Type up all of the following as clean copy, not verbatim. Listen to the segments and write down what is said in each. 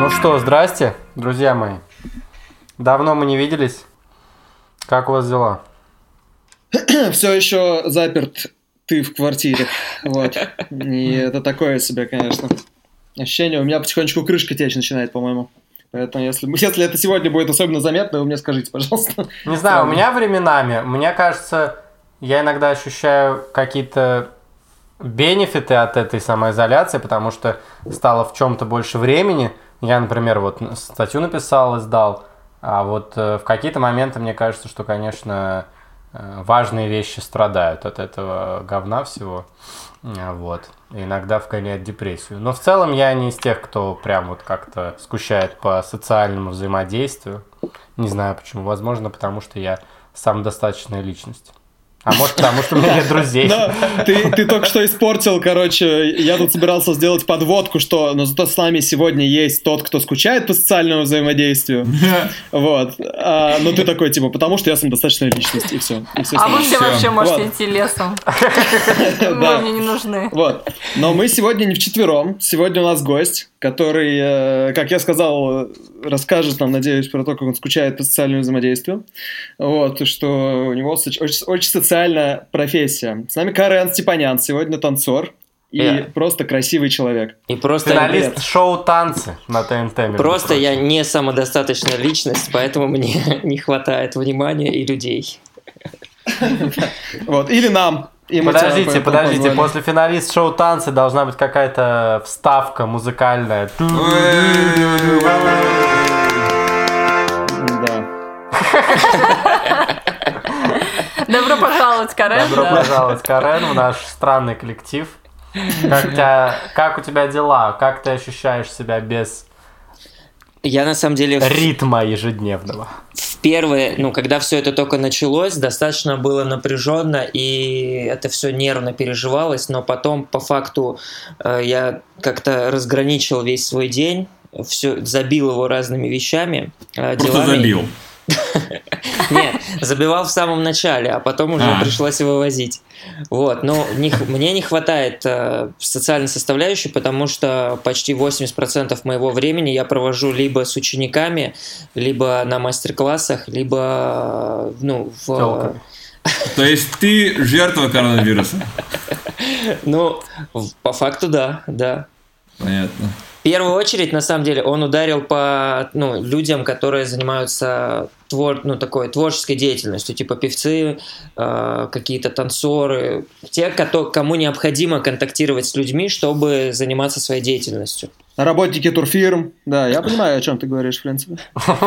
Ну что, здрасте, друзья мои. Давно мы не виделись. Как у вас дела? Все еще заперт ты в квартире. Вот. И это такое себе, конечно, ощущение. У меня потихонечку крышка течь начинает, по-моему. Поэтому, если это сегодня будет особенно заметно, вы мне скажите, пожалуйста. Не знаю, у меня временами, мне кажется, я иногда ощущаю какие-то бенефиты от этой самоизоляции, потому что стало в чем-то больше времени. Я, например, вот статью написал и сдал, а вот в какие-то моменты мне кажется, что, конечно, важные вещи страдают от этого говна всего. Вот. И иногда вгоняет депрессию. Но в целом я не из тех, кто прям вот как-то скучает по социальному взаимодействию. Не знаю почему. Возможно, потому что я самодостаточная личность. А может, потому что у меня нет друзей. Ты только что испортил, короче, я тут собирался сделать подводку, что но зато с нами сегодня есть тот, кто скучает по социальному взаимодействию. Вот. Но ты такой, типа, потому что я самодостаточная личность, и все. А вы все вообще можете идти лесом. Вы мне не нужны. Вот. Но мы сегодня не вчетвером. Сегодня у нас гость, который, как я сказал, расскажет нам, надеюсь, про то, как он скучает по социальному взаимодействию. Вот. И что у него очень социальная профессия. С нами Карен Степанян, сегодня танцор и просто красивый человек. И просто финалист шоу «Танцы» на ТНТ. Просто я не самодостаточная личность, поэтому мне не хватает внимания и людей. Вот, или нам. Подождите, после финалист шоу «Танцы» должна быть какая-то вставка музыкальная. Да. Добро пожаловать, Карен. Добро пожаловать, Карен, в наш странный коллектив. Как у тебя дела? Как ты ощущаешь себя без Я на самом деле ритма ежедневного? В первые, когда все это только началось, достаточно было напряженно, и это все нервно переживалось, но потом, по факту, я как-то разграничил весь свой день, все забил его разными вещами, Просто забил. Нет, забивал в самом начале, а потом уже пришлось его возить. Вот, но мне не хватает социальной составляющей, потому что почти 80% моего времени я провожу либо с учениками, либо на мастер-классах, либо То есть ты жертва коронавируса? По факту да. Понятно. В первую очередь, на самом деле, он ударил по людям, которые занимаются такой творческой деятельностью, типа певцы, какие-то танцоры, те, кому необходимо контактировать с людьми, чтобы заниматься своей деятельностью. Работники турфирм, да, я понимаю, о чем ты говоришь, в принципе.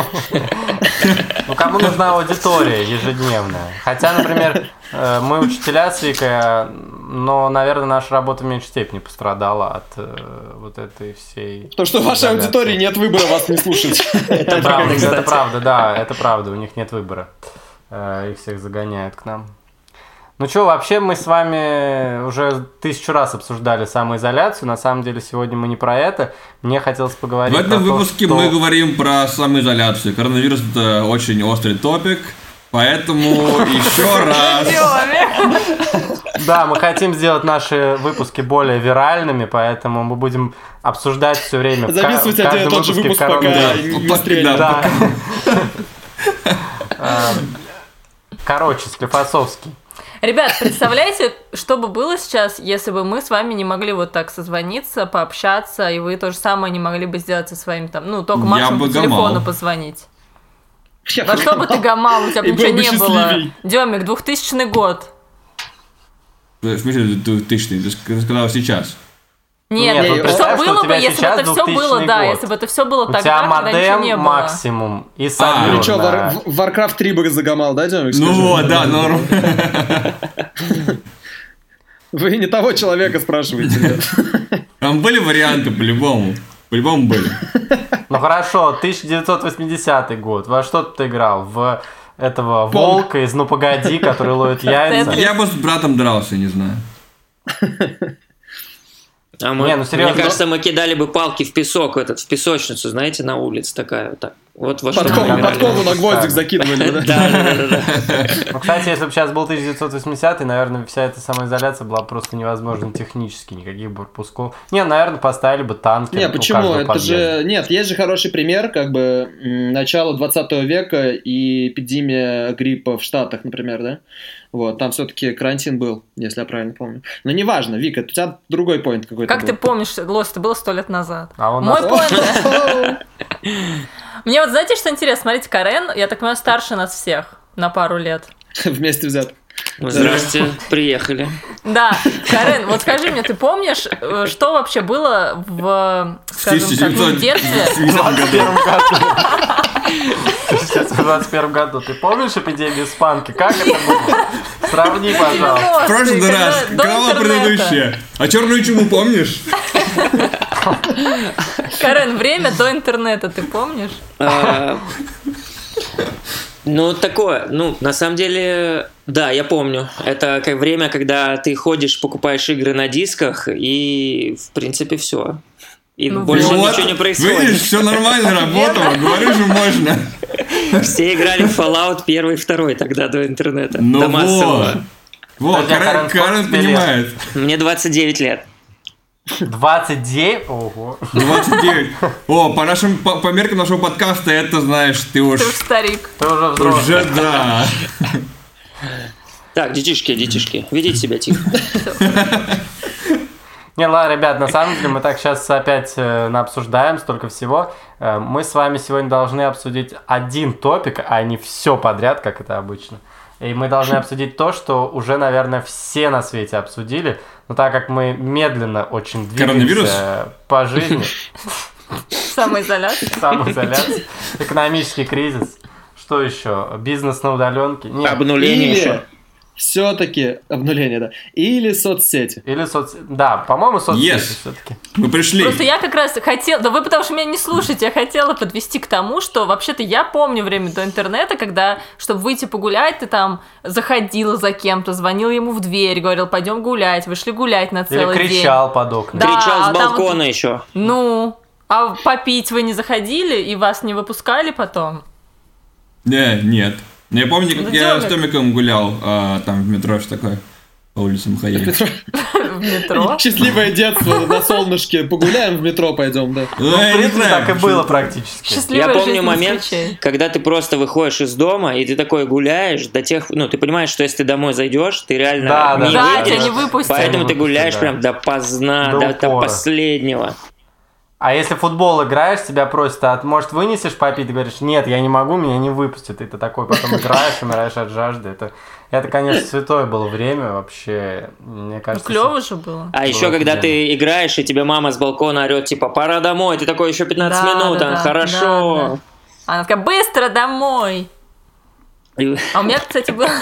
Кому нужна аудитория ежедневная? Хотя, например, мы учителя с Викой, но, наверное, наша работа в меньшей степени пострадала от вот этой всей... То, что в вашей аудитории нет выбора вас не слушать. Это правда, да, это правда, у них нет выбора. Их всех загоняют к нам. Ну что, вообще мы с вами уже 1000 раз обсуждали самоизоляцию. На самом деле сегодня мы не про это. Мне хотелось поговорить в этом выпуске что... мы говорим про самоизоляцию. Коронавирус – это очень острый топик, поэтому еще раз... Да, мы хотим сделать наши выпуски более виральными, поэтому мы будем обсуждать все время. Записывать один и тот же выпуск, пока не стрелят. Короче, Склифосовский. Ребят, представляете, что бы было сейчас, если бы мы с вами не могли вот так созвониться, пообщаться, и вы то же самое не могли бы сделать со своим только максимум по телефону позвонить? Во что бы ты гамал, у тебя бы ничего не было. Демик, 2000 год. В смысле 2000? Ты сказал сейчас. Нет, что было бы, если бы это все было, да, если бы это все было тогда, когда ничего не было. Максимум и салют. Ну что, Warcraft 3 бы загамал, да, Демик? Да, норм. Вы не того человека спрашиваете, нет? Там были варианты по-любому. По-любому были. Ну хорошо, 1980 год. Во что ты играл? В этого волка из «Ну погоди», который ловит яйца? Я бы с братом дрался, не знаю. А мы, мне кажется, мы кидали бы палки в песок, в песочницу, знаете, на улице такая вот так. Вот во что подкову на гвоздик закидывали, да? Да. Ну, кстати, если бы сейчас был 1980-й, наверное, вся эта самоизоляция была просто невозможна технически, никаких бы пропусков. Не, наверное, поставили бы танки. Не, почему? Это же... Нет, есть же хороший пример, как бы, начало 20 века и эпидемия гриппа в Штатах, например, да? Вот, там все-таки карантин был, если я правильно помню. Но неважно, Вика, у тебя другой поинт какой-то Как был. ты помнишь, Лось, это было 100 лет назад. Мой поинт... Мне вот знаете, что интересно? Смотрите, Карен, я так понимаю, старше нас всех на пару лет. Вместе взят. Здравствуйте, приехали. Да, Карен, вот скажи мне, ты помнишь, что вообще было в, скажем так, в детстве? В 21 году. Сейчас в 21 году. Ты помнишь эпидемию спанки? Как это было? Сравни, пожалуйста. В прошлый раз, какова предыдущая? А черную чуму помнишь? Карен, время до интернета, ты помнишь? Ну, такое, на самом деле, да, я помню. Это как время, когда ты ходишь, покупаешь игры на дисках, и, в принципе, все. И больше ничего не происходит. Видишь, все нормально работало, говорю же, можно. Все играли в Fallout 1 и 2 тогда до интернета, до Ну массового. Вот, Карен понимает. Мне 29 лет. 29? Ого. 29. О, по меркам нашего подкаста, это, знаешь, ты уж... Ты уж старик. Ты уже взрослый. Уже да. Так, детишки, ведите себя тихо. Не, ладно, ребят, на самом деле мы так сейчас опять наобсуждаем столько всего. Мы с вами сегодня должны обсудить один топик, а не все подряд, как это обычно. И мы должны обсудить то, что уже, наверное, все на свете обсудили. Но так как мы медленно очень двигаемся по жизни. Самоизоляция. Самоизоляция. Экономический кризис. Что еще? Бизнес на удаленке. Обнуление еще. Все-таки обнуление, да. Или соцсети. Да, по-моему, соцсети все-таки. Мы пришли. Просто я как раз хотела... Да вы потому что меня не слушаете. Я хотела подвести к тому, что вообще-то я помню время до интернета, когда, чтобы выйти погулять, ты там заходила за кем-то, звонил ему в дверь, говорил, пойдем гулять, вышли гулять на целый день. Или кричал под окнами. Да, кричал с балкона еще. Ну, а попить вы не заходили и вас не выпускали потом? Нет. Я помню, как я с Томиком гулял, там в метро, что такое, по улицам ходили. В метро? Счастливое детство, на солнышке, погуляем, в метро пойдем, да. Ну, в принципе, так и было практически. Я помню момент, когда ты просто выходишь из дома, и ты такой гуляешь до тех... ты понимаешь, что если ты домой зайдешь, ты реально не выпустишь. Поэтому ты гуляешь прям допоздна, до последнего. А если в футбол играешь, тебя просят, а может вынесешь попить? Ты говоришь, нет, я не могу, меня не выпустят. И ты такой потом играешь, умираешь от жажды. Это, конечно, святое было время вообще. Мне кажется, клево же было. А еще когда ты играешь, и тебе мама с балкона орет, типа, пора домой, ты такой, еще 15 минут, хорошо. Да. Она такая, быстро домой. А у меня, кстати, было...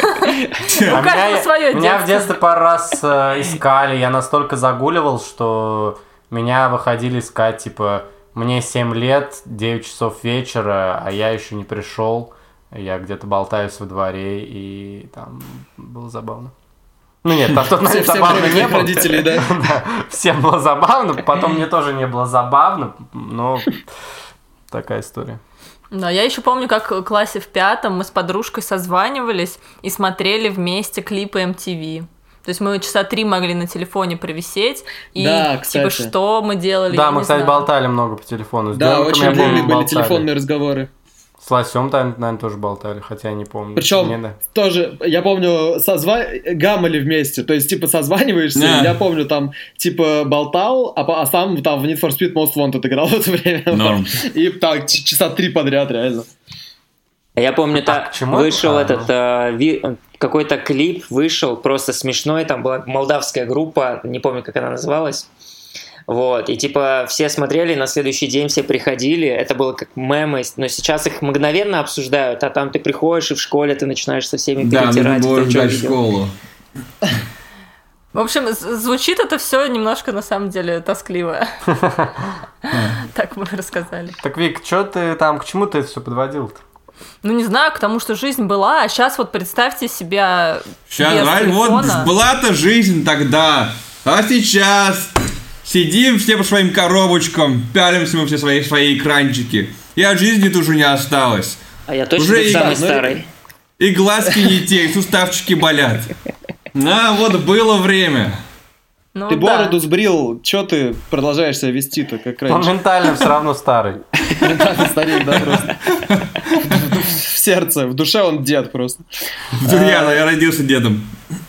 У каждого свое детство. Меня в детстве пару раз искали, я настолько загуливал, что... Меня выходили искать, типа, мне 7 лет, 9 часов вечера, а я еще не пришел. Я где-то болтаюсь во дворе, и там было забавно. Ну нет, там в тот момент забавно не было. Родителей, да? Всем было забавно, потом мне тоже не было забавно, но такая история. Да, я еще помню, как в классе в 5 мы с подружкой созванивались и смотрели вместе клипы MTV. То есть мы часа 3 могли на телефоне провисеть, и да, типа что мы делали. Да, мы, кстати, болтали много по телефону. Да, очень длинные были телефонные разговоры. С Лосем, наверное, тоже болтали, хотя я не помню. Причем тоже, я помню, гамали вместе, то есть, типа, созваниваешься, я помню, там, типа, болтал, а сам там в Need for Speed Most Wanted играл в это время. И так, часа 3 подряд, реально. Я помню, вышел какой-то клип, вышел, просто смешной, там была молдавская группа, не помню, как она называлась. Вот, и типа все смотрели, на следующий день все приходили, это было как мемы, но сейчас их мгновенно обсуждают, а там ты приходишь и в школе ты начинаешь со всеми перетирать. Да, нужно ждать школу. В общем, звучит это все немножко, на самом деле, тоскливо. Так мы рассказали. Так, Вик, что ты там, к чему ты это все подводил-то? Ну, не знаю, к тому, что жизнь была, а сейчас вот представьте себя сейчас, без телефона. Вот была-то жизнь тогда, а сейчас Сидим все по своим коробочкам, пялимся мы все свои экранчики. И от жизни уже не осталось. А я точно уже самый старый. И глазки не те, и суставчики болят. Вот было время. Ты бороду сбрил, чё ты продолжаешь себя вести-то, как раньше? Моментально все равно старый. Моментально старик, да, просто. В сердце, в душе он дед просто. Я родился дедом.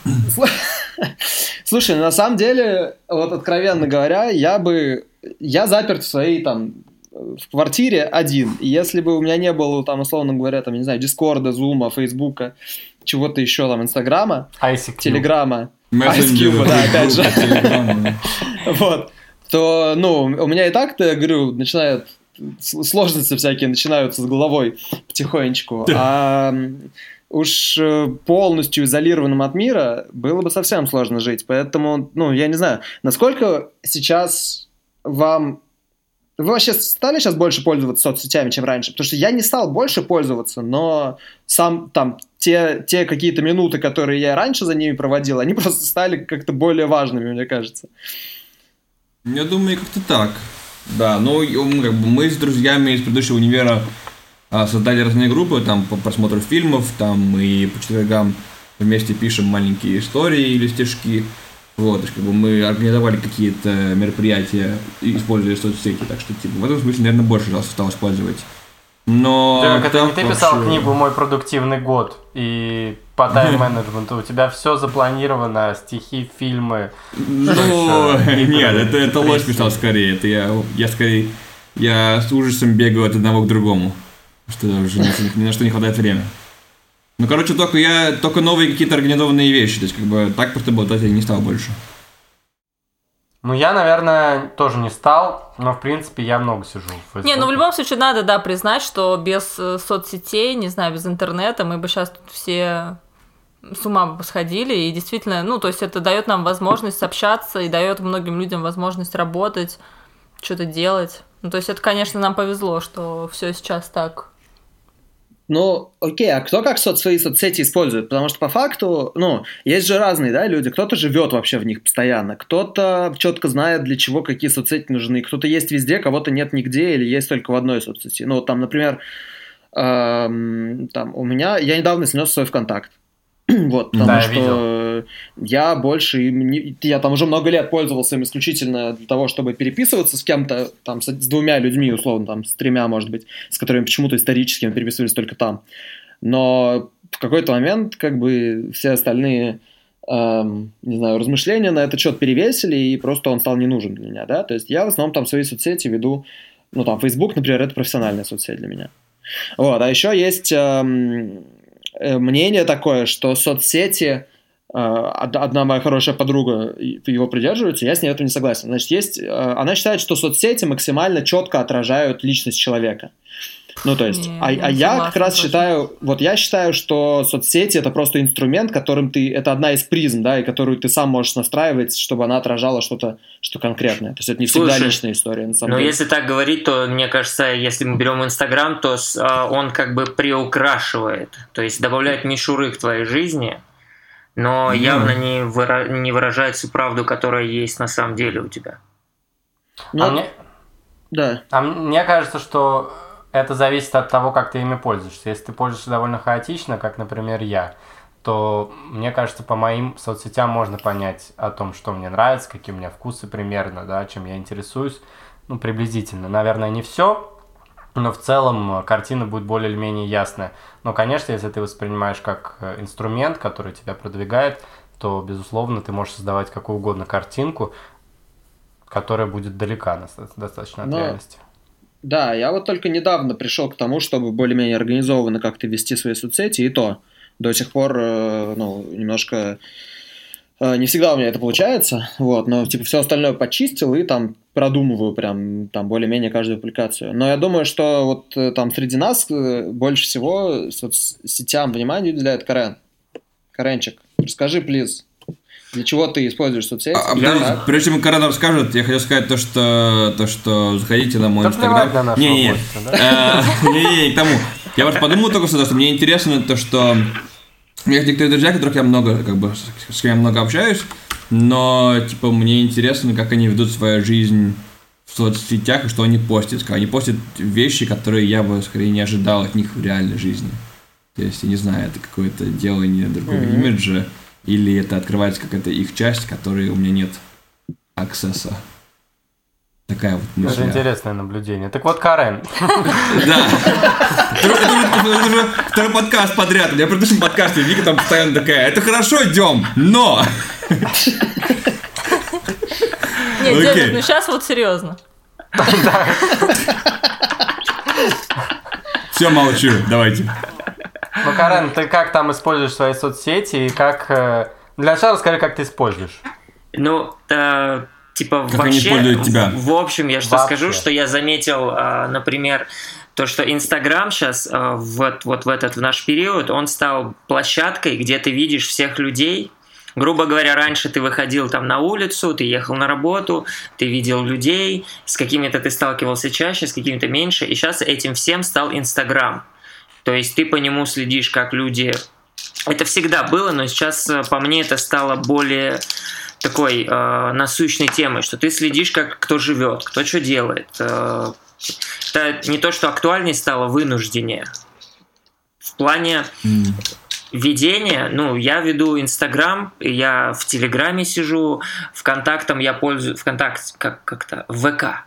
Слушай, на самом деле, вот откровенно говоря, я заперт в своей там в квартире один. И если бы у меня не было там, условно говоря, там, не знаю, Дискорда, Зума, Фейсбука, чего-то еще там, Инстаграма, Телеграма, Айскьюба, да, опять же. Вот. То, у меня и так-то, я говорю, начинают сложности всякие начинаются с головой потихонечку. А уж полностью изолированным от мира было бы совсем сложно жить. Поэтому, я не знаю, насколько сейчас вам... Вы вообще стали сейчас больше пользоваться соцсетями, чем раньше? Потому что я не стал больше пользоваться, но сам там те какие-то минуты, которые я раньше за ними проводил, они просто стали как-то более важными, мне кажется. Я думаю, как-то так. Да, мы с друзьями из предыдущего универа создали разные группы, там по просмотру фильмов, там и по четвергам вместе пишем маленькие истории или стишки. Вот, то есть, мы организовали какие-то мероприятия, используя соцсети, так что, в этом смысле, наверное, больше раз стал использовать. Но... Да, когда ты писал книгу «Мой продуктивный год» и по тайм-менеджменту, у тебя все запланировано, стихи, фильмы. Нет, это ложь писал скорее, это я с ужасом бегаю от одного к другому, что уже ни на что не хватает времени. Только новые какие-то организованные вещи. То есть, так просто болтать я не стал больше. Я, наверное, тоже не стал, но, в принципе, я много сижу в Фейсбуке. В любом случае, надо, признать, что без соцсетей, не знаю, без интернета мы бы сейчас тут все с ума бы сходили. И действительно, то есть, это дает нам возможность общаться и дает многим людям возможность работать, что-то делать. То есть, это, конечно, нам повезло, что все сейчас так... Окей, а кто как свои соцсети использует? Потому что по факту, есть же разные, да, люди. Кто-то живет вообще в них постоянно, кто-то четко знает, для чего какие соцсети нужны, кто-то есть везде, кого-то нет нигде или есть только в одной соцсети. Там, например, у меня, я недавно снес свой ВКонтакт. Вот, потому что я больше, я там уже много лет пользовался им исключительно для того, чтобы переписываться с кем-то, там, с двумя людьми, условно, там, с тремя, может быть, с которыми почему-то исторически мы переписывались только там. Но в какой-то момент, все остальные, не знаю, размышления на этот счет перевесили, и просто он стал не нужен для меня, да, то есть я в основном там свои соцсети веду, Facebook, например, это профессиональная соцсеть для меня. Вот, а еще есть... мнение такое, что соцсети, одна моя хорошая подруга его придерживается, я с ней в этом не согласен. Значит, она считает, что соцсети максимально четко отражают личность человека. То есть, я как раз считаю, я считаю, что соцсети это просто инструмент, которым это одна из призм, да, и которую ты сам можешь настраивать, чтобы она отражала что конкретное. То есть это не всегда личная история, на самом деле. Если так говорить, то, мне кажется, если мы берем Инстаграм, то он приукрашивает, то есть добавляет мишуры к твоей жизни, но явно не выражает всю правду, которая есть на самом деле у тебя. Мне кажется, что это зависит от того, как ты ими пользуешься. Если ты пользуешься довольно хаотично, как, например, я, то, мне кажется, по моим соцсетям можно понять о том, что мне нравится, какие у меня вкусы примерно, да, чем я интересуюсь, приблизительно. Наверное, не все, но в целом картина будет более или менее ясная. Но, конечно, если ты воспринимаешь как инструмент, который тебя продвигает, то, безусловно, ты можешь создавать какую угодно картинку, которая будет далека достаточно от реальности. Да, я только недавно пришел к тому, чтобы более-менее организованно как-то вести свои соцсети, и то до сих пор, немножко не всегда у меня это получается, но все остальное почистил и там продумываю прям там более-менее каждую публикацию. Но я думаю, что там среди нас больше всего соцсетям внимания уделяет Карен. Каренчик, расскажи, плиз. Для чего ты используешь соцсети? Прежде чем Карен расскажет, я хотел сказать то, что заходите на мой Инстаграм. Не, к тому. Я просто подумал только что мне интересно то, что у меня есть некоторые друзья, с кем я много общаюсь, но, типа, мне интересно, как они ведут свою жизнь в соцсетях и что они постят. Они постят вещи, которые я бы, скорее, не ожидал от них в реальной жизни. То есть, я не знаю, это какое-то делание другого имиджа, или это открывается какая-то их часть, которой у меня нет аксесса. Такая вот мысль. Это интересное наблюдение. Так вот, Карен. Да. Это уже второй подкаст подряд. Я предыдущем подкасте, Вика там постоянно такая: это хорошо, идем, но... Нет, Демид, ну сейчас вот серьезно. Все, молчу, давайте. Ну, Карен, ты как там используешь свои соцсети и как... Для начала расскажи, как ты используешь. Ну, типа, как вообще, они используют тебя? В общем, я что скажу, что я заметил, например, то, что Инстаграм сейчас, вот в этот в наш период, он стал площадкой, где ты видишь всех людей. Грубо говоря, раньше ты выходил там на улицу, ты ехал на работу, ты видел людей, с какими-то ты сталкивался чаще, с какими-то меньше, и сейчас этим всем стал Инстаграм. То есть ты по нему следишь, как люди... Это всегда было, но сейчас, по мне, это стало более такой насущной темой, что ты следишь, как кто живет, кто что делает. Это не то, что актуальнее стало, вынуждение. В плане ведения, ну, я веду Инстаграм, я в Телеграме сижу, ВКонтактом я пользуюсь... ВКонтакте, как-то, ВК.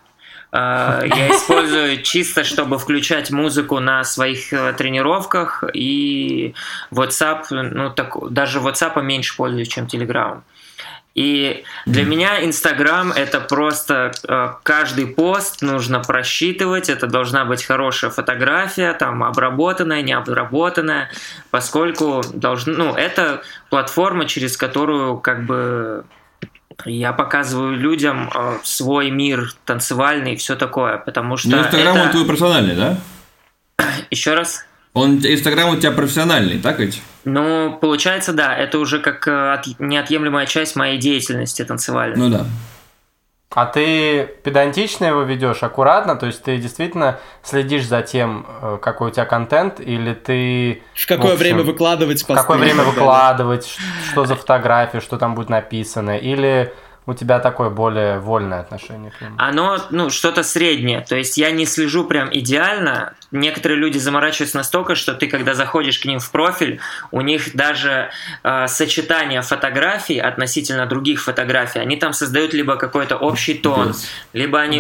Я использую чисто, чтобы включать музыку на своих тренировках, и WhatsApp, ну, так, даже WhatsApp меньше пользуюсь, чем Telegram. И для меня Инстаграм — это просто каждый пост нужно просчитывать, это должна быть хорошая фотография, там обработанная, не обработанная, поскольку это платформа, через которую как бы я показываю людям свой мир танцевальный и все такое, потому что... Ну, Инстаграм он твой персональный, да? Еще раз? Инстаграм у тебя профессиональный, так ведь? Ну, получается, да, это уже как неотъемлемая часть моей деятельности танцевальной. Ну да. А ты педантично его ведешь, аккуратно? То есть ты действительно следишь за тем, какой у тебя контент, или ты... В какое время выкладывать посты? В какое время выкладывать, что за фотография, что там будет написано, или... У тебя такое более вольное отношение к нему? Оно, что-то среднее. То есть я не слежу прям идеально. Некоторые люди заморачиваются настолько, что ты, когда заходишь к ним в профиль, у них даже сочетание фотографий относительно других фотографий, они там создают либо какой-то общий тон, либо они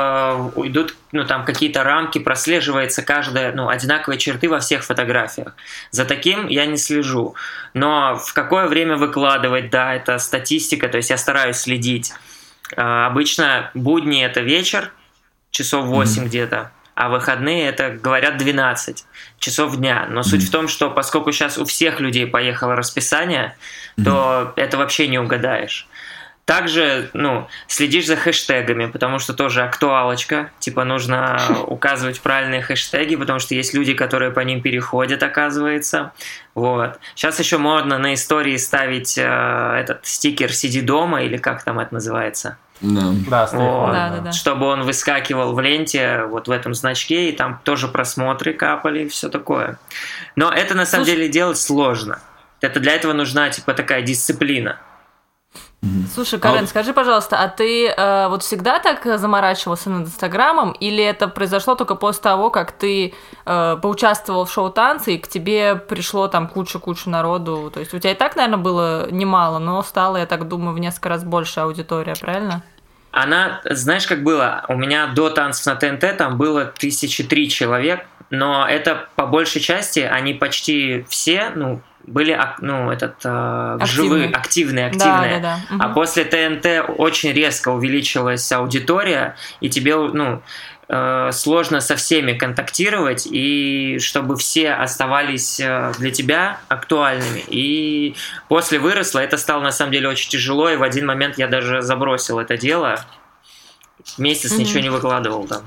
идут, там какие-то рамки, прослеживается каждая, одинаковые черты во всех фотографиях. За таким я не слежу. Но в какое время выкладывать, да, это статистика, то есть я стараюсь следить. Обычно будни это вечер, часов 8 где-то, а выходные это, говорят, 12 часов дня. Но суть в том, что поскольку сейчас у всех людей поехало расписание, то это вообще не угадаешь. Также, следишь за хэштегами, потому что тоже актуалочка, типа нужно указывать правильные хэштеги, потому что есть люди, которые по ним переходят, оказывается. Вот. Сейчас еще модно на истории ставить этот стикер «Сиди дома» или как там это называется. Да, чтобы он выскакивал в ленте вот в этом значке, и там тоже просмотры капали и все такое. Но это на самом деле делать сложно. Для этого нужна типа такая дисциплина. Слушай, Карен, скажи, пожалуйста, а ты вот всегда так заморачивался над Инстаграмом, или это произошло только после того, как ты поучаствовал в шоу «Танцы», и к тебе пришло там куча народу? То есть у тебя и так, наверное, было немало, но стало, я так думаю, в несколько раз больше аудитория, правильно? Она, знаешь, как было? У меня до «Танцев на ТНТ» там было 1003 человек, но это по большей части, они почти все, были живые, активные. Да. А после ТНТ очень резко увеличилась аудитория, и тебе сложно со всеми контактировать, и чтобы все оставались для тебя актуальными. И после выросло, это стало на самом деле очень тяжело, и в один момент я даже забросил это дело. Месяц ничего не выкладывал там.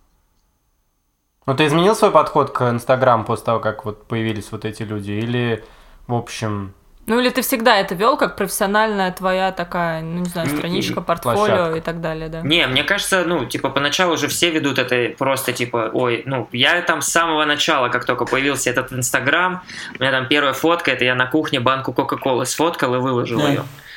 Ну, ты изменил свой подход к Инстаграм после того, как вот появились вот эти люди? Или, в общем... или ты всегда это вел как профессиональная твоя такая, страничка, портфолио площадка и так далее, да? Не, мне кажется, поначалу уже все ведут это просто я там с самого начала, как только появился этот Инстаграм, у меня там первая фотка, это я на кухне банку Кока-Колы сфоткал и выложил ее.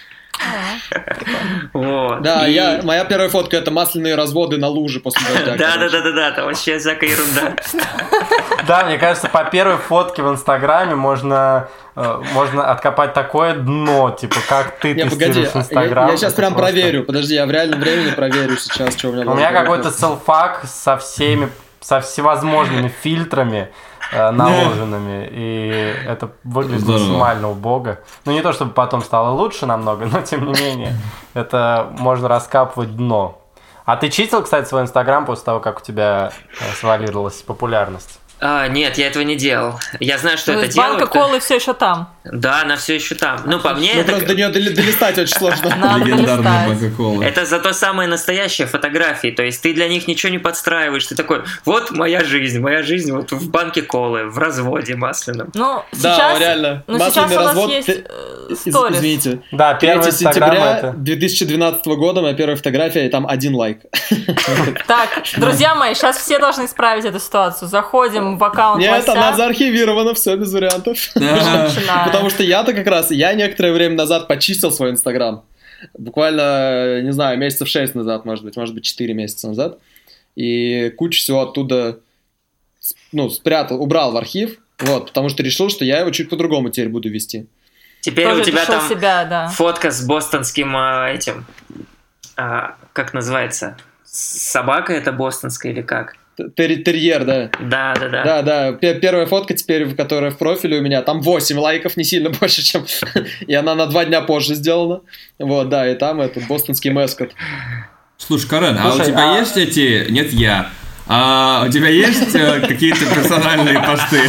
Да, моя первая фотка — это масляные разводы на луже после дождя. Да, там вообще всякая ерунда. Да, мне кажется, по первой фотке в Инстаграме можно откопать такое дно, типа, как ты тестируешь Инстаграм. Я сейчас прям проверю, подожди, я в реальном времени проверю сейчас, что у меня. У меня какой-то селфак со всевозможными фильтрами наложенными, и это выглядит максимально убого. Ну, не то, чтобы потом стало лучше намного, но тем не менее, это можно раскапывать дно. А ты чистил, кстати, свой Инстаграм после того, как у тебя свалилась популярность? Нет, я этого не делал. Я знаю, что это делают. Банка колы все еще там. Да, она все еще там. Ну, по мне, это... просто до нее долистать очень сложно. Легендарная банка колы. Это зато самые настоящие фотографии. То есть ты для них ничего не подстраиваешь. Ты такой, вот моя жизнь вот в банке колы, в разводе масляном. Ну, сейчас... Да, реально. Масляный развод. Есть сторис. Извините. Да, 3 сентября 2012 года моя первая фотография, и там 1 лайк. Так, друзья мои, сейчас все должны исправить эту ситуацию. Заходим в аккаунт Нет, она заархивирована, все без вариантов. Потому что я некоторое время назад почистил свой Инстаграм. Буквально, не знаю, месяцев 6 назад, может быть 4 месяца назад. И кучу всего оттуда спрятал, убрал в архив, потому что решил, что я его чуть по-другому теперь буду вести. Теперь тоже у тебя там фотка с бостонским этим, как называется, собака это бостонская или как? Терьер, да. Да. Да. Первая фотка теперь, которая в профиле у меня, там 8 лайков, не сильно больше, чем... И она на 2 дня позже сделана. И там этот бостонский маскот. Слушай, Карен, а у тебя есть эти... Нет, я. А у тебя есть какие-то персональные посты?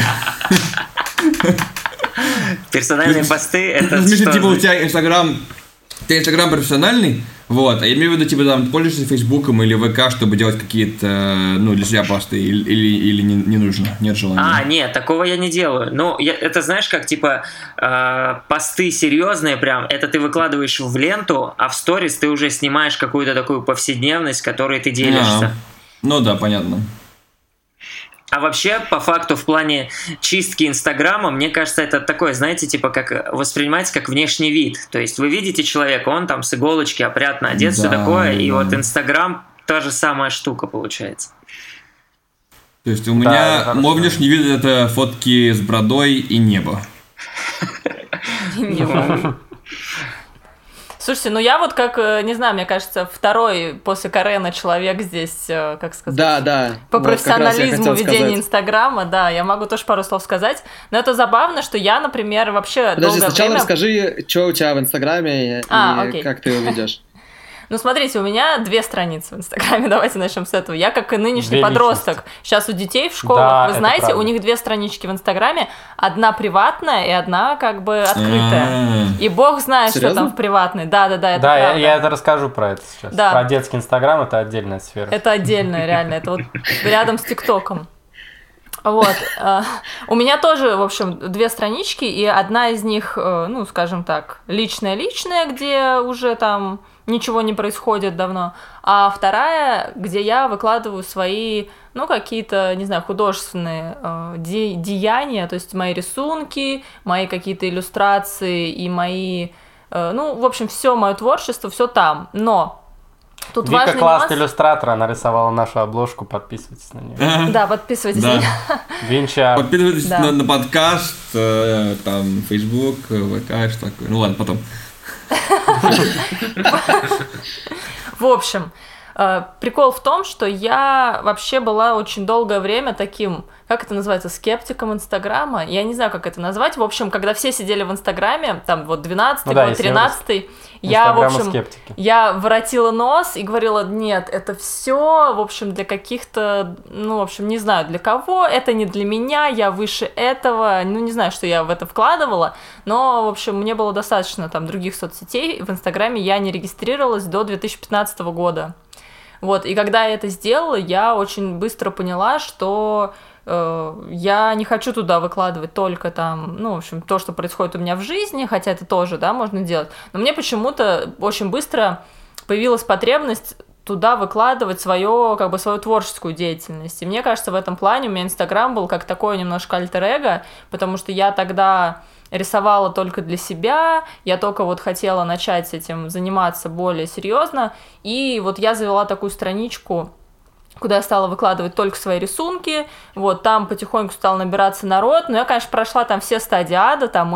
Персональные посты? Это в смысле, типа у тебя Инстаграм... Ты Инстаграм профессиональный? Вот, а я имею в виду, типа, там, пользуешься Фейсбуком или ВК, чтобы делать какие-то, для себя посты, или не нужно, нет желания? Нет, такого я не делаю. Это знаешь, как, типа, посты серьезные прям, это ты выкладываешь в ленту, а в сторис ты уже снимаешь какую-то такую повседневность, которой ты делишься. Ну да, понятно. А вообще, по факту, в плане чистки Инстаграма, мне кажется, это такое, знаете, типа, как воспринимать как внешний вид. То есть вы видите человека, он там с иголочки опрятно одет, все такое, и вот Инстаграм та же самая штука получается. То есть у меня мой внешний вид — это фотки с бородой и небо. Слушайте, я вот как, не знаю, мне кажется, второй после Карена человек здесь, как сказать, по профессионализму ведения Инстаграма, я могу тоже пару слов сказать, но это забавно, что я, например, вообще Подожди, сначала расскажи, что у тебя в Инстаграме и как ты его ведешь. Смотрите, у меня 2 страницы в Инстаграме, давайте начнем с этого. Я как и нынешний подросток. Сейчас у детей в школах, вы знаете, у них 2 странички в Инстаграме, одна приватная и одна как бы открытая. И бог знает, что там в приватной. Да, это правда. Да, я это расскажу про это сейчас. Да. Про детский Инстаграм — это отдельная сфера. Это отдельная, реально, это вот рядом с ТикТоком. У меня тоже, в общем, 2 странички, и одна из них, скажем так, личная-личная, где уже там ничего не происходит давно, а вторая, где я выкладываю свои, какие-то, не знаю, художественные деяния, то есть мои рисунки, мои какие-то иллюстрации и мои, в общем, все мое творчество, все там, но тут Вика классный иллюстратор, она рисовала нашу обложку, подписывайтесь на нее. Да, подписывайтесь на нее. Винча. Подписывайтесь на подкаст, там, Facebook, ВК, что такое. Ладно, потом. В общем, прикол в том, что я вообще была очень долгое время таким, как это называется, скептиком Инстаграма. Я не знаю, как это назвать. В общем, когда все сидели в Инстаграме, там вот 12-й, 13-й, я, в общем, я воротила нос и говорила, нет, это все, в общем, для каких-то, в общем, не знаю для кого, это не для меня, я выше этого, не знаю, что я в это вкладывала, но, в общем, мне было достаточно там других соцсетей, в Инстаграме я не регистрировалась до 2015 года. И когда я это сделала, я очень быстро поняла, что я не хочу туда выкладывать только там, в общем, то, что происходит у меня в жизни, хотя это тоже, можно делать. Но мне почему-то очень быстро появилась потребность туда выкладывать свою творческую деятельность. И мне кажется, в этом плане у меня Инстаграм был как такое немножко альтер-эго, потому что я тогда рисовала только для себя, я только вот хотела начать этим заниматься более серьезно, и вот я завела такую страничку, куда я стала выкладывать только свои рисунки, вот, там потихоньку стал набираться народ, но я, конечно, прошла там все стадии ада, там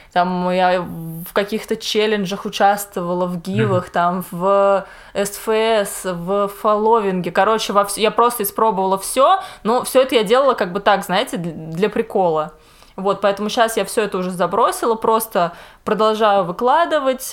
я в каких-то челленджах участвовала, в гивах, там, в СФС, в фолловинге, короче, я просто испробовала все, но все это я делала как бы так, знаете, для прикола. Вот, поэтому сейчас я все это уже забросила, просто продолжаю выкладывать,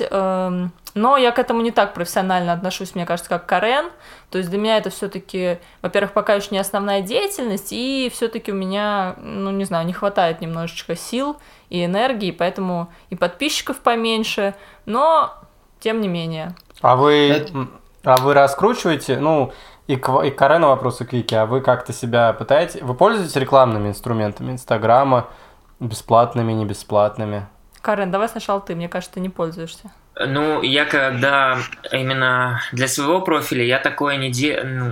но я к этому не так профессионально отношусь, мне кажется, как Карен. То есть для меня это все-таки, во-первых, пока еще не основная деятельность, и все-таки у меня, ну не знаю, не хватает немножечко сил и энергии, поэтому и подписчиков поменьше, но тем не менее. А вы раскручиваете, ну, и к Карену вопросы, к Вике, а вы как-то себя пытаетесь, вы пользуетесь рекламными инструментами Инстаграма, бесплатными, не бесплатными? Карен, давай сначала ты, мне кажется, ты не пользуешься. Ну, я когда именно для своего профиля, я такое не делал. Ну,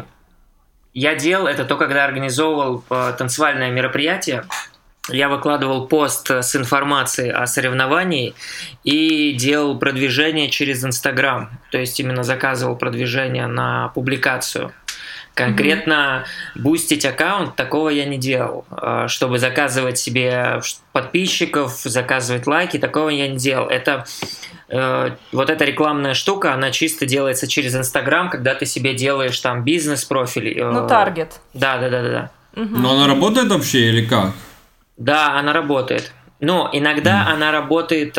я делал это то, когда организовывал танцевальное мероприятие. Я выкладывал пост с информацией о соревновании и делал продвижение через Инстаграм. То есть именно заказывал продвижение на публикацию. Конкретно бустить аккаунт, такого я не делал. Чтобы заказывать себе подписчиков, заказывать лайки, такого я не делал. Это вот эта рекламная штука, она чисто делается через Инстаграм, когда ты себе делаешь там бизнес-профиль. Ну, таргет. Да. Но она работает вообще или как? Да, она работает. Но иногда она работает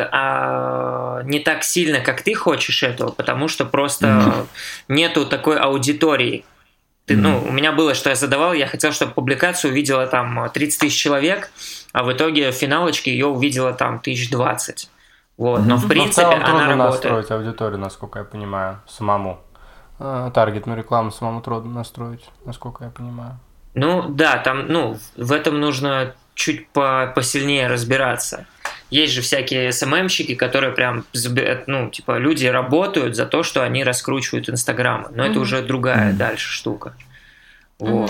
не так сильно, как ты хочешь этого, потому что просто нету такой аудитории. Ну, у меня было, что я задавал, я хотел, чтобы публикацию увидела там 30 тысяч человек, а в итоге в финалочке ее увидела там 1020. Вот, но в принципе она работает. Настроить аудиторию, насколько я понимаю, самому. Таргетную рекламу самому трудно настроить, насколько я понимаю. Ну да, там, ну, в этом нужно чуть посильнее разбираться. Есть же всякие СММщики, которые прям, ну, типа, люди работают за то, что они раскручивают Инстаграм. Но это уже другая дальше штука. Вот.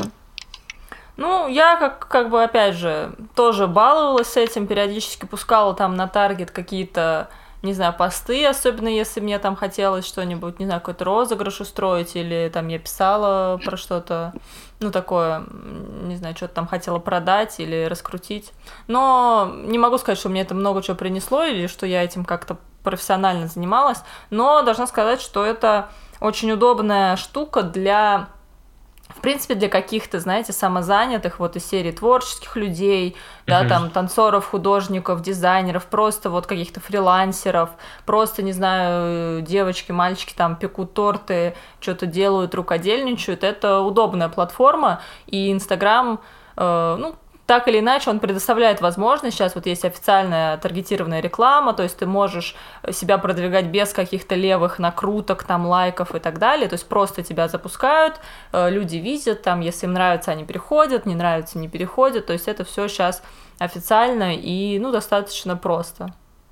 Ну, я как бы, опять же, тоже баловалась этим, периодически пускала там на таргет какие-то, не знаю, посты, особенно если мне там хотелось что-нибудь, не знаю, какой-то розыгрыш устроить, или там я писала про что-то, ну, такое, не знаю, что-то там хотела продать или раскрутить. Но не могу сказать, что мне это много чего принесло, или что я этим как-то профессионально занималась, но должна сказать, что это очень удобная штука для... В принципе, для каких-то, знаете, самозанятых, вот из серии творческих людей, да, там, танцоров, художников, дизайнеров, просто вот каких-то фрилансеров, просто, не знаю, девочки, мальчики там пекут торты, что-то делают, рукодельничают. Это удобная платформа, и Инстаграм, ну, так или иначе, он предоставляет возможность, сейчас вот есть официальная таргетированная реклама, то есть ты можешь себя продвигать без каких-то левых накруток, там, лайков и так далее, то есть просто тебя запускают, люди видят, там, если им нравится, они переходят, не нравится, не переходят, то есть это все сейчас официально и, ну, достаточно просто.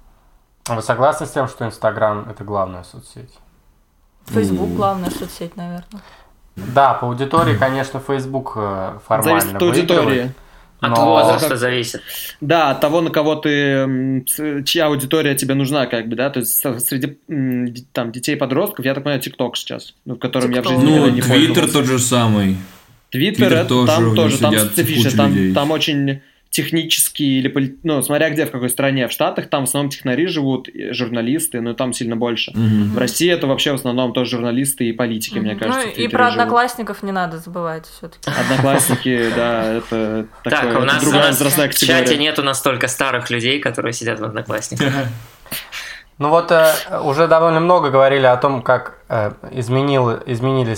Вы согласны с тем, что Инстаграм – это главная соцсеть? Фейсбук – главная соцсеть, наверное. Да, по аудитории, конечно, Фейсбук формально зависит от аудитории. От возраста зависит. Да, от того, на кого ты, чья аудитория тебе нужна, как бы, да, то есть среди там детей-подростков, я так понимаю, ТикТок сейчас, в котором я в жизни не пользовался. Ну, Твиттер тот же самый. Твиттер там тоже, там специфично, там очень технические, или, ну, смотря где, в какой стране, в Штатах там в основном технари живут, журналисты, но там сильно больше. В России это вообще в основном тоже журналисты и политики, мне кажется. Ну, и про Одноклассников не надо забывать все-таки. Одноклассники, да, это такое, у нас в чате нету настолько старых людей, которые сидят в Одноклассниках. Ну вот уже довольно много говорили о том, как изменили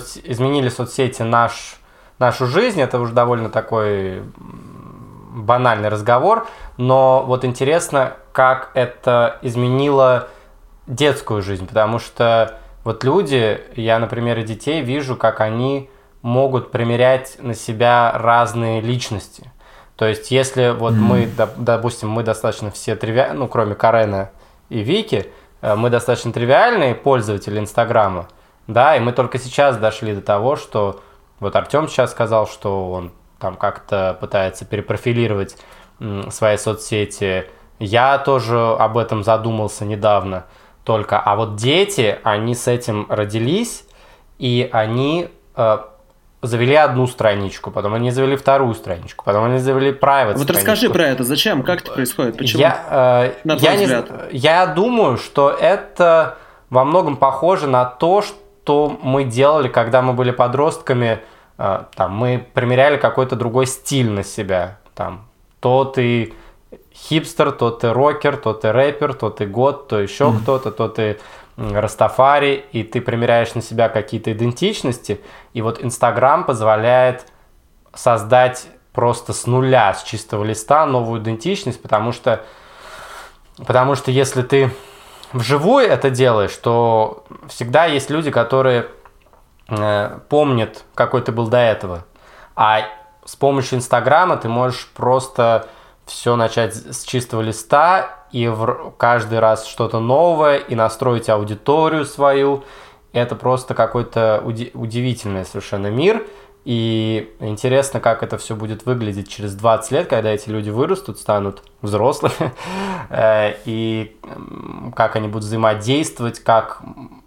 соцсети нашу жизнь. Это уже довольно такой банальный разговор, но вот интересно, как это изменило детскую жизнь, потому что вот люди, я на примере детей вижу, как они могут примерять на себя разные личности. То есть если вот мы, допустим, мы достаточно все тривиальные, ну кроме Карена и Вики, мы достаточно тривиальные пользователи Инстаграма, да, и мы только сейчас дошли до того, что вот Артём сейчас сказал, что он там как-то пытается перепрофилировать свои соцсети. Я тоже об этом задумался недавно только. А вот дети, они с этим родились, и они завели одну страничку, потом они завели вторую страничку, потом они завели private страничку. Расскажи про это. Зачем? Как это происходит? Почему? На твой взгляд? Я думаю, что это во многом похоже на то, что мы делали, когда мы были подростками. Там, мы примеряли какой-то другой стиль на себя. Там, то ты хипстер, то ты рокер, то ты рэпер, то ты гот, то еще кто-то, то ты растафари, и ты примеряешь на себя какие-то идентичности. И вот Инстаграм позволяет создать просто с нуля, с чистого листа новую идентичность, потому что если ты вживую это делаешь, то всегда есть люди, которые помнят, какой ты был до этого. А с помощью Инстаграма ты можешь просто все начать с чистого листа и каждый раз что-то новое, и настроить аудиторию свою. Это просто какой-то удивительный совершенно мир. И интересно, как это все будет выглядеть через 20 лет, когда эти люди вырастут, станут взрослыми, и как они будут взаимодействовать, как...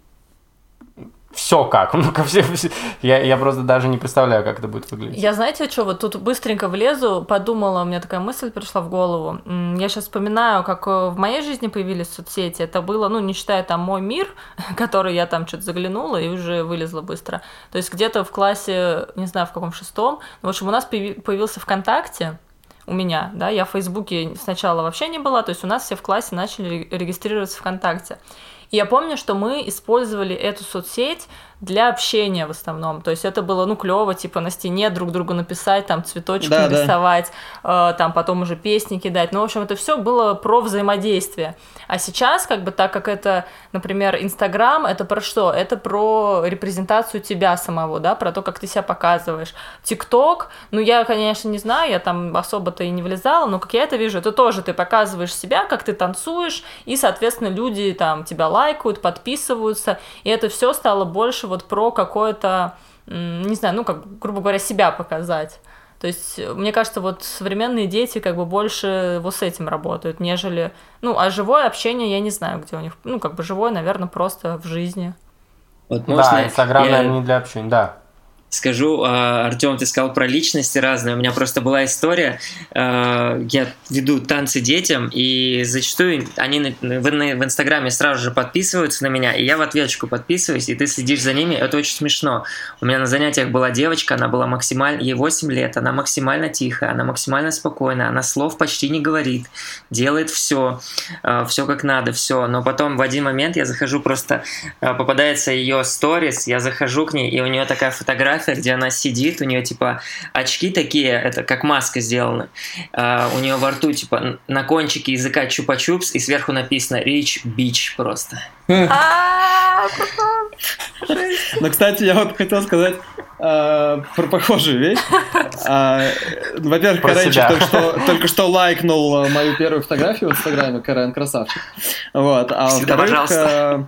Все как. Я просто даже не представляю, как это будет выглядеть. Я, знаете, что, вот тут быстренько влезу, подумала, у меня такая мысль пришла в голову. Я сейчас вспоминаю, как в моей жизни появились соцсети. Это было, не считая там мой мир, который я там что-то заглянула и уже вылезла быстро. То есть где-то в классе, не знаю, в каком 6-м, в общем, у нас появился ВКонтакте, у меня, да, я в Фейсбуке сначала вообще не была, то есть у нас все в классе начали регистрироваться ВКонтакте. И я помню, что мы использовали эту соцсеть для общения в основном. То есть это было, клево, типа на стене друг другу написать, там цветочек нарисовать, там потом уже песни кидать. В общем, это все было про взаимодействие. А сейчас, так как это, например, Инстаграм, это про что? Это про репрезентацию тебя самого, да, про то, как ты себя показываешь. ТикТок, я, конечно, не знаю, я там особо-то и не влезала, но как я это вижу, это тоже ты показываешь себя, как ты танцуешь, и, соответственно, люди там тебя лайкают, подписываются, и это все стало больше вот про какое-то, не знаю, грубо говоря, себя показать. То есть, мне кажется, вот современные дети больше вот с этим работают, нежели... а живое общение я не знаю, где у них... живое, наверное, просто в жизни. Вот можно... Да, Инстаграм, наверное, не для общения, да. Скажу, Артём, ты сказал про личности разные. У меня просто была история. Я веду танцы детям, и зачастую они в Инстаграме сразу же подписываются на меня, и я в ответочку подписываюсь, и ты следишь за ними. Это очень смешно. У меня на занятиях была девочка, она была ей 8 лет, она максимально тихая, она максимально спокойная, она слов почти не говорит, делает все как надо, все. Но потом в один момент я захожу, просто попадается ее сторис, я захожу к ней, и у нее такая фотография, где она сидит, у нее типа очки такие, это как маска сделана, у нее во рту типа на кончике языка чупа-чупс, и сверху написано Rich Bitch просто. Ну, кстати, я вот хотел сказать про похожую вещь. Во-первых, Каренчик только что лайкнул мою первую фотографию в Инстаграме. Карен, красавчик. Вот. А во-вторых...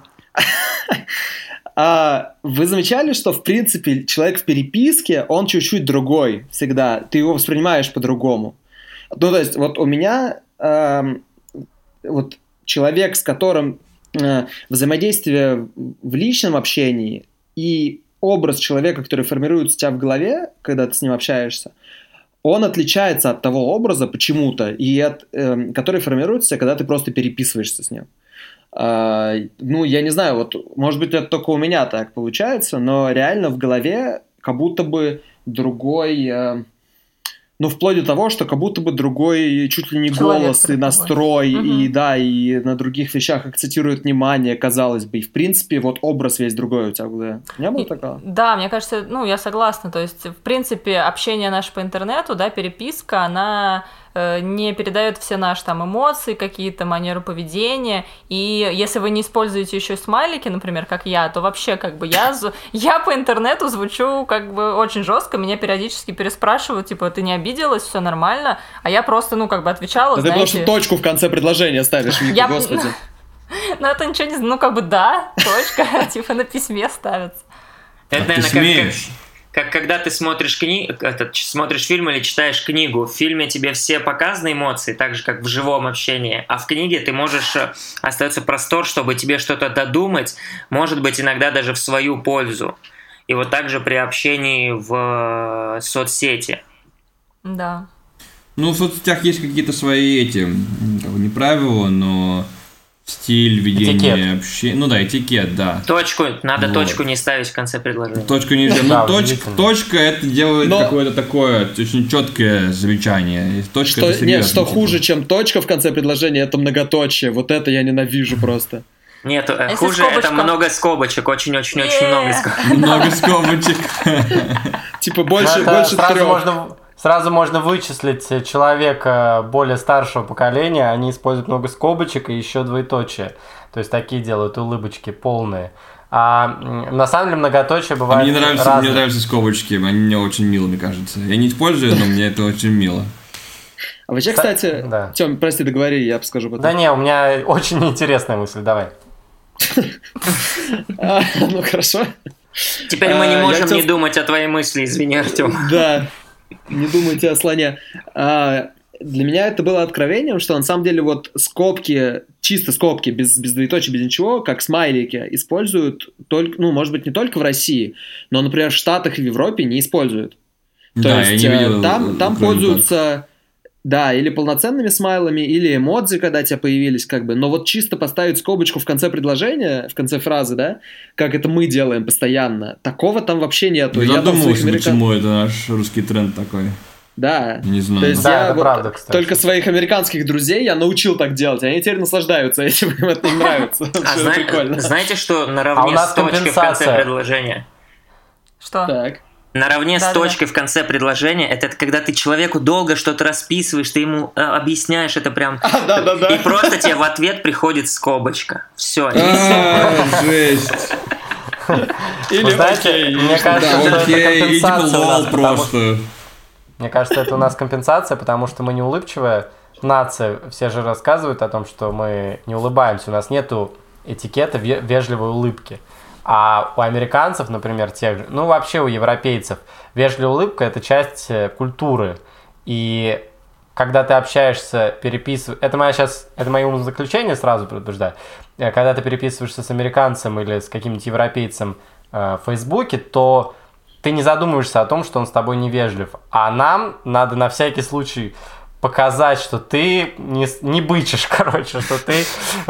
Вы замечали, что, в принципе, человек в переписке, он чуть-чуть другой всегда. Ты его воспринимаешь по-другому. То есть, вот у меня вот человек, с которым взаимодействие в личном общении и образ человека, который формируется у тебя в голове, когда ты с ним общаешься, он отличается от того образа почему-то, который формируется, когда ты просто переписываешься с ним. Я не знаю, вот, может быть, это только у меня так получается, но реально в голове как будто бы другой, вплоть до того, что как будто бы другой чуть ли не голос и настрой, и на других вещах акцентирует внимание, казалось бы, и в принципе вот образ весь другой у тебя в голове. Не было такого? Да, мне кажется, я согласна, то есть, в принципе, общение наше по интернету, да, переписка, она не передает все наши там эмоции, какие-то манеры поведения, и если вы не используете еще смайлики, например, как я, то вообще я по интернету звучу очень жестко, меня периодически переспрашивают, типа, ты не обиделась, все нормально, а я просто, отвечала, знаете... Ты просто точку в конце предложения ставишь, Вика, господи. Это ничего не знаю, да, точка, типа на письме ставится. Это, наверное, как когда ты смотришь фильм или читаешь книгу. В фильме тебе все показаны эмоции, так же, как в живом общении. А в книге ты можешь... Остается простор, чтобы тебе что-то додумать, может быть, иногда даже в свою пользу. И вот так же при общении в соцсети. Да. Ну, в соцсетях есть какие-то свои не правила, но стиль ведения общения. Ну да, этикет, да. Надо точку не ставить в конце предложения. Точку нельзя. Ну, точка это делает какое-то такое очень четкое замечание. Точка это серьезно. Нет, что хуже, чем точка в конце предложения, это многоточие. Вот это я ненавижу просто. Нет, хуже это много скобочек, очень-очень-очень много скобочек. Много скобочек. Типа больше 3. Сразу можно вычислить человека более старшего поколения, они используют много скобочек и еще двоеточие. То есть такие делают улыбочки полные. А на самом деле многоточие бывает мне нравятся скобочки, они мне очень мило, мне кажется. Я не использую, но мне это очень мило. А вообще, кстати, да. Тём, прости, договори, я скажу потом. Да не, у меня очень интересная мысль, давай. Ну, хорошо. Теперь мы не можем не думать о твоей мысли, извини, Артём. Да. Не думайте о слоне. Для меня это было откровением, что на самом деле вот скобки, чисто скобки, без двоеточия, без ничего, как смайлики, используют только, может быть, не только в России, но, например, в Штатах и в Европе не используют. То есть я не видел, там пользуются, да, или полноценными смайлами, или эмодзи, когда у тебя появились, как бы. Но вот чисто поставить скобочку в конце предложения, в конце фразы, да, как это мы делаем постоянно, такого там вообще нету. Я задумывался, почему это наш русский тренд такой. Да. Не знаю. То есть я правда, только своих американских друзей я научил так делать, они теперь наслаждаются этим, им это им нравится. Знаете, что наравне с точкой в конце предложения? Что? Так. Наравне с точкой в конце предложения, это когда ты человеку долго что-то расписываешь, ты ему объясняешь это прям, и просто тебе в ответ приходит скобочка. Все. Жесть. Или знаете, мне кажется, что это компенсация просто. Мне кажется, это у нас компенсация, потому что мы не улыбчивая нация. Все же рассказывают о том, что мы не улыбаемся. У нас нету этикета вежливой улыбки. А у американцев, например, тех же, вообще у европейцев, вежливая улыбка – это часть культуры. И когда ты общаешься, переписываешь... Это мои умозаключения, сразу предупреждаю. Когда ты переписываешься с американцем или с каким-нибудь европейцем в Фейсбуке, то ты не задумываешься о том, что он с тобой невежлив. А нам надо на всякий случай показать, что ты не бычишь, короче, что ты...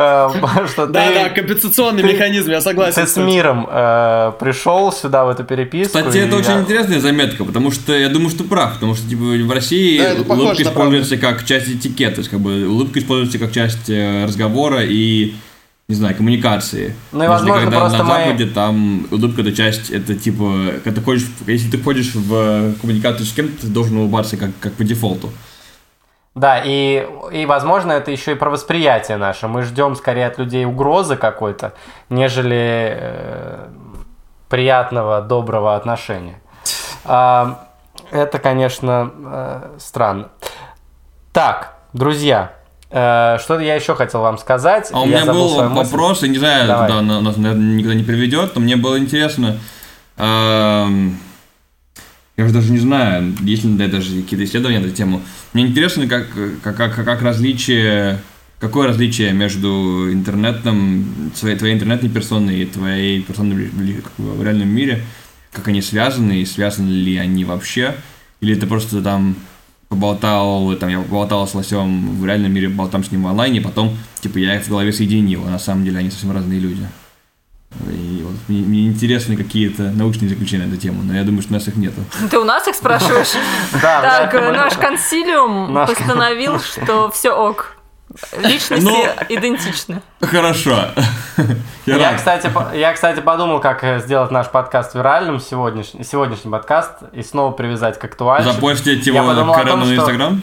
Да, компенсационный механизм, я согласен. Ты с миром пришел сюда в эту переписку. Кстати, это очень интересная заметка, потому что я думаю, что прав, потому что в России улыбка используется как часть этикета, то есть улыбка используется как часть разговора и, не знаю, коммуникации. Ну и, возможно, когда просто на Западе там улыбка это часть, это типа, когда ты ходишь, если ты ходишь в коммуникацию с кем-то, ты должен улыбаться как по дефолту. Да, и возможно, это еще и про восприятие наше. Мы ждем скорее от людей угрозы какой-то, нежели приятного, доброго отношения. Это, конечно, странно. Так, друзья, что-то я еще хотел вам сказать. У меня был вопрос, я не знаю, куда нас никуда не приведет, но мне было интересно... Я уже даже не знаю, есть ли даже какие-то исследования на эту тему. Мне интересно, какое различие между интернетом, твоей интернетной персоной и твоей персоной в реальном мире, как они связаны, и связаны ли они вообще, или ты просто там я поболтал с Лосем в реальном мире, болтал с ним в онлайне, и потом, я их в голове соединил, а на самом деле они совсем разные люди. И вот мне интересны какие-то научные заключения на эту тему, но я думаю, что у нас их нету. Ты у нас их спрашиваешь? Так, наш консилиум постановил, что все ок. Личности идентичны. Хорошо. Я, кстати, подумал, как сделать наш подкаст виральным, сегодняшний подкаст, и снова привязать к актуальности. Запостить его на Карену на Инстаграм?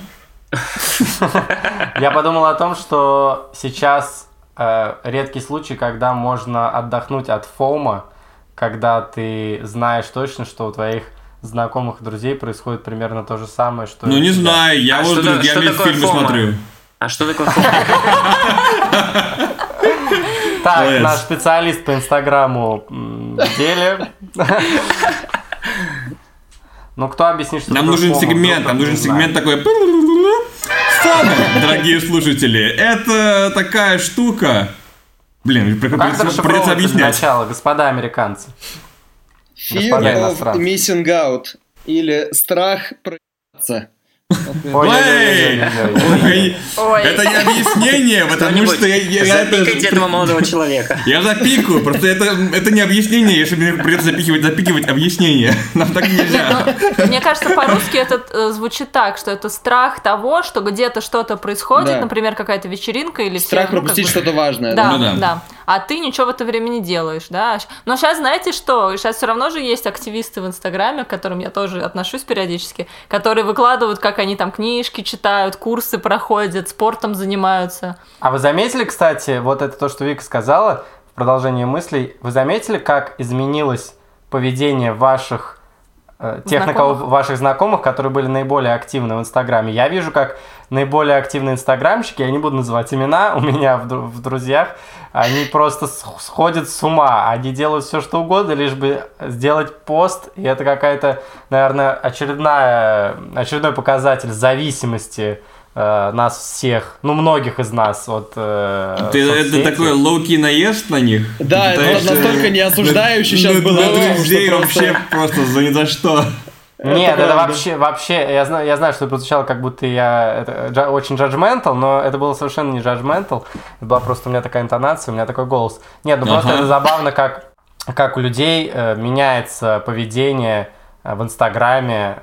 Я подумал о том, что сейчас... редкий случай, когда можно отдохнуть от фома, когда ты знаешь точно, что у твоих знакомых и друзей происходит примерно то же самое, что... Ну, не знаю, я вот с друзьями фильмы смотрю. А что такое фома? Так, наш специалист по Инстаграму в деле. Ну, кто объяснит, что нам нужен сегмент такой... Фома, дорогие слушатели, это такая штука... Блин, придется объяснять. Сначала, господа американцы. Fear of missing out. Или страх проебаться. Ой, это не объяснение, потому что я запикайте этого молодого человека. Я запикаю, просто это не объяснение, если мне придется запикивать объяснение. Нам так нельзя. Мне кажется, по-русски это звучит так, что это страх того, что где-то что-то происходит, например, какая-то вечеринка или страх пропустить что-то важное. Да. А ты ничего в это время не делаешь, да? Но сейчас знаете что? Сейчас все равно же есть активисты в Инстаграме, к которым я тоже отношусь периодически, которые выкладывают, как они там книжки читают, курсы проходят, спортом занимаются. А вы заметили, кстати, вот это то, что Вика сказала, в продолжении мыслей, вы заметили, как изменилось поведение ваших ваших знакомых, которые были наиболее активны в Инстаграме? Я вижу, как наиболее активные инстаграмщики, я не буду называть имена, у меня в друзьях, они просто сходят с ума. Они делают все, что угодно, лишь бы сделать пост. И это какая-то, наверное, очередной показатель зависимости нас всех, многих из нас от это такой лоу-ки наезд на них? Да, это настолько не осуждающий сейчас был. Друзей вообще просто ни за что. Нет, это вообще, я знаю, что это прозвучало, как будто я очень judgmental, но это было совершенно не judgmental, это была просто у меня такая интонация, у меня такой голос. Нет, просто это забавно, как у людей меняется поведение в Инстаграме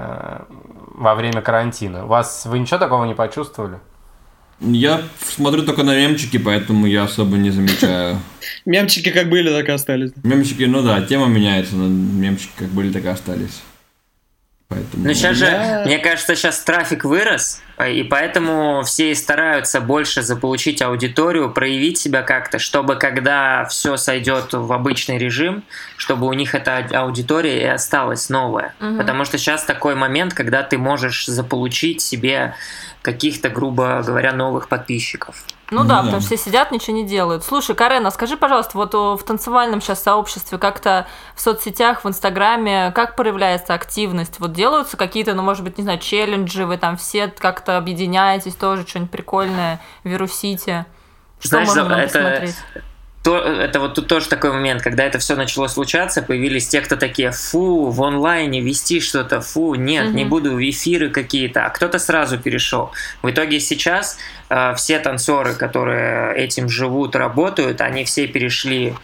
во время карантина. Вы ничего такого не почувствовали? Я смотрю только на мемчики, поэтому я особо не замечаю. Мемчики как были, так и остались. Мемчики, тема меняется, но мемчики как были, так и остались. Поэтому... Ну сейчас же, мне кажется, сейчас трафик вырос, и поэтому все и стараются больше заполучить аудиторию, проявить себя как-то, чтобы когда все сойдет в обычный режим, чтобы у них эта аудитория и осталась новая. Потому что сейчас такой момент, когда ты можешь заполучить себе каких-то, грубо говоря, новых подписчиков. Потому что все сидят, ничего не делают. Слушай, Карен, а скажи, пожалуйста, вот в танцевальном сейчас сообществе как-то в соцсетях, в Инстаграме, как проявляется активность? Вот делаются какие-то, может быть, не знаю, челленджи, вы там все как-то объединяетесь, тоже что-нибудь прикольное, вирусите? Что можно посмотреть? Это вот тут тоже такой момент, когда это все начало случаться, появились те, кто такие: фу, в онлайне вести что-то, фу, нет, не буду, эфиры какие-то, а кто-то сразу перешел. В итоге сейчас все танцоры, которые этим живут, работают, они все перешли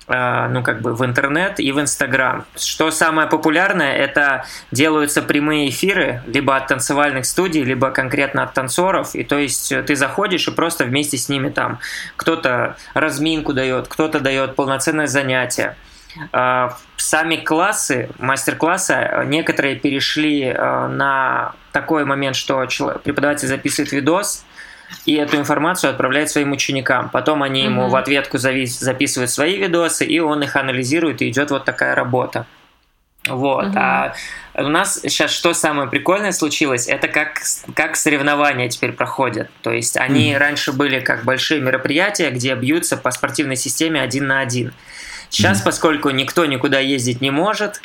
в интернет и в Инстаграм. Что самое популярное, это делаются прямые эфиры либо от танцевальных студий, либо конкретно от танцоров, и то есть ты заходишь и просто вместе с ними там кто-то разминку дает, кто-то дает полноценное занятие. Сами классы, мастер-классы, некоторые перешли на такой момент, что преподаватель записывает видос и эту информацию отправляет своим ученикам. Потом они ему в ответку записывают свои видосы, и он их анализирует, и идет вот такая работа. Вот. А у нас сейчас что самое прикольное случилось, это как соревнования теперь проходят. То есть они раньше были как большие мероприятия, где бьются по спортивной системе 1 на 1. Сейчас, поскольку никто никуда ездить не может,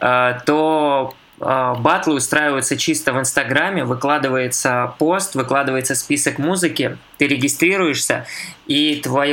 то батлы устраиваются чисто в Инстаграме, выкладывается пост, выкладывается список музыки, ты регистрируешься, и твой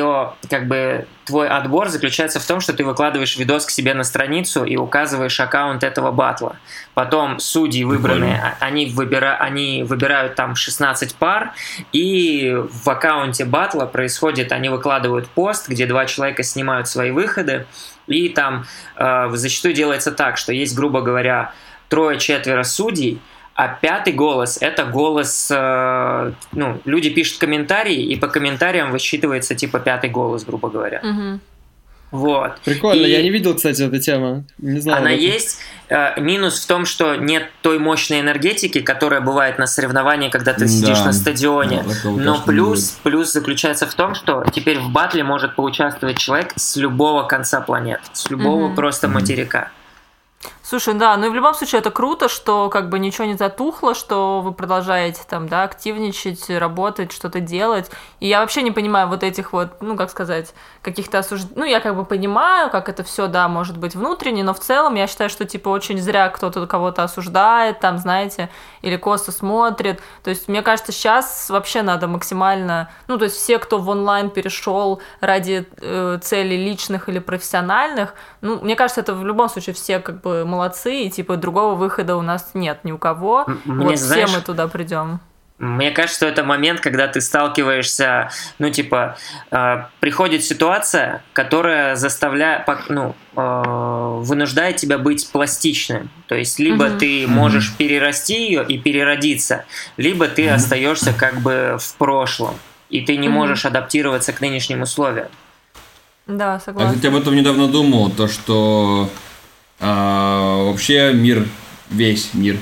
отбор заключается в том, что ты выкладываешь видос к себе на страницу и указываешь аккаунт этого батла. Потом судьи выбранные, они выбирают там 16 пар, и в аккаунте батла они выкладывают пост, где 2 человека снимают свои выходы, и там зачастую делается так, что есть, грубо говоря, 3-4 судей, а 5-й голос – это голос, люди пишут комментарии, и по комментариям высчитывается типа 5-й голос, грубо говоря. Вот. Прикольно, я не видел, кстати, эту тему. Не знал. Она есть. Минус в том, что нет той мощной энергетики, которая бывает на соревновании, когда ты сидишь на стадионе. Но плюс заключается в том, что теперь в батле может поучаствовать человек с любого конца планеты, с любого просто материка. Слушай, да, ну и в любом случае это круто, что как бы ничего не затухло, что вы продолжаете там, да, активничать, работать, что-то делать. И я вообще не понимаю вот этих вот, ну, как сказать, каких-то осуждений. Ну, я как бы понимаю, как это все, да, может быть внутренне, но в целом я считаю, что, типа, очень зря кто-то кого-то осуждает, там, знаете, или косо смотрит. То есть, мне кажется, сейчас вообще надо максимально... Ну, то есть, все, кто в онлайн перешел ради целей личных или профессиональных, ну, мне кажется, это в любом случае все как бы молодцы, и типа другого выхода у нас нет ни у кого. Вот все мы туда придем. Мне кажется, что это момент, когда ты сталкиваешься, ну, типа, приходит ситуация, которая заставляет, ну, вынуждает тебя быть пластичным. То есть, либо ты можешь перерасти ее и переродиться, либо ты остаешься как бы в прошлом, и ты не можешь адаптироваться к нынешним условиям. Да, согласна. Я, кстати, об этом недавно думал, то, что вообще весь мир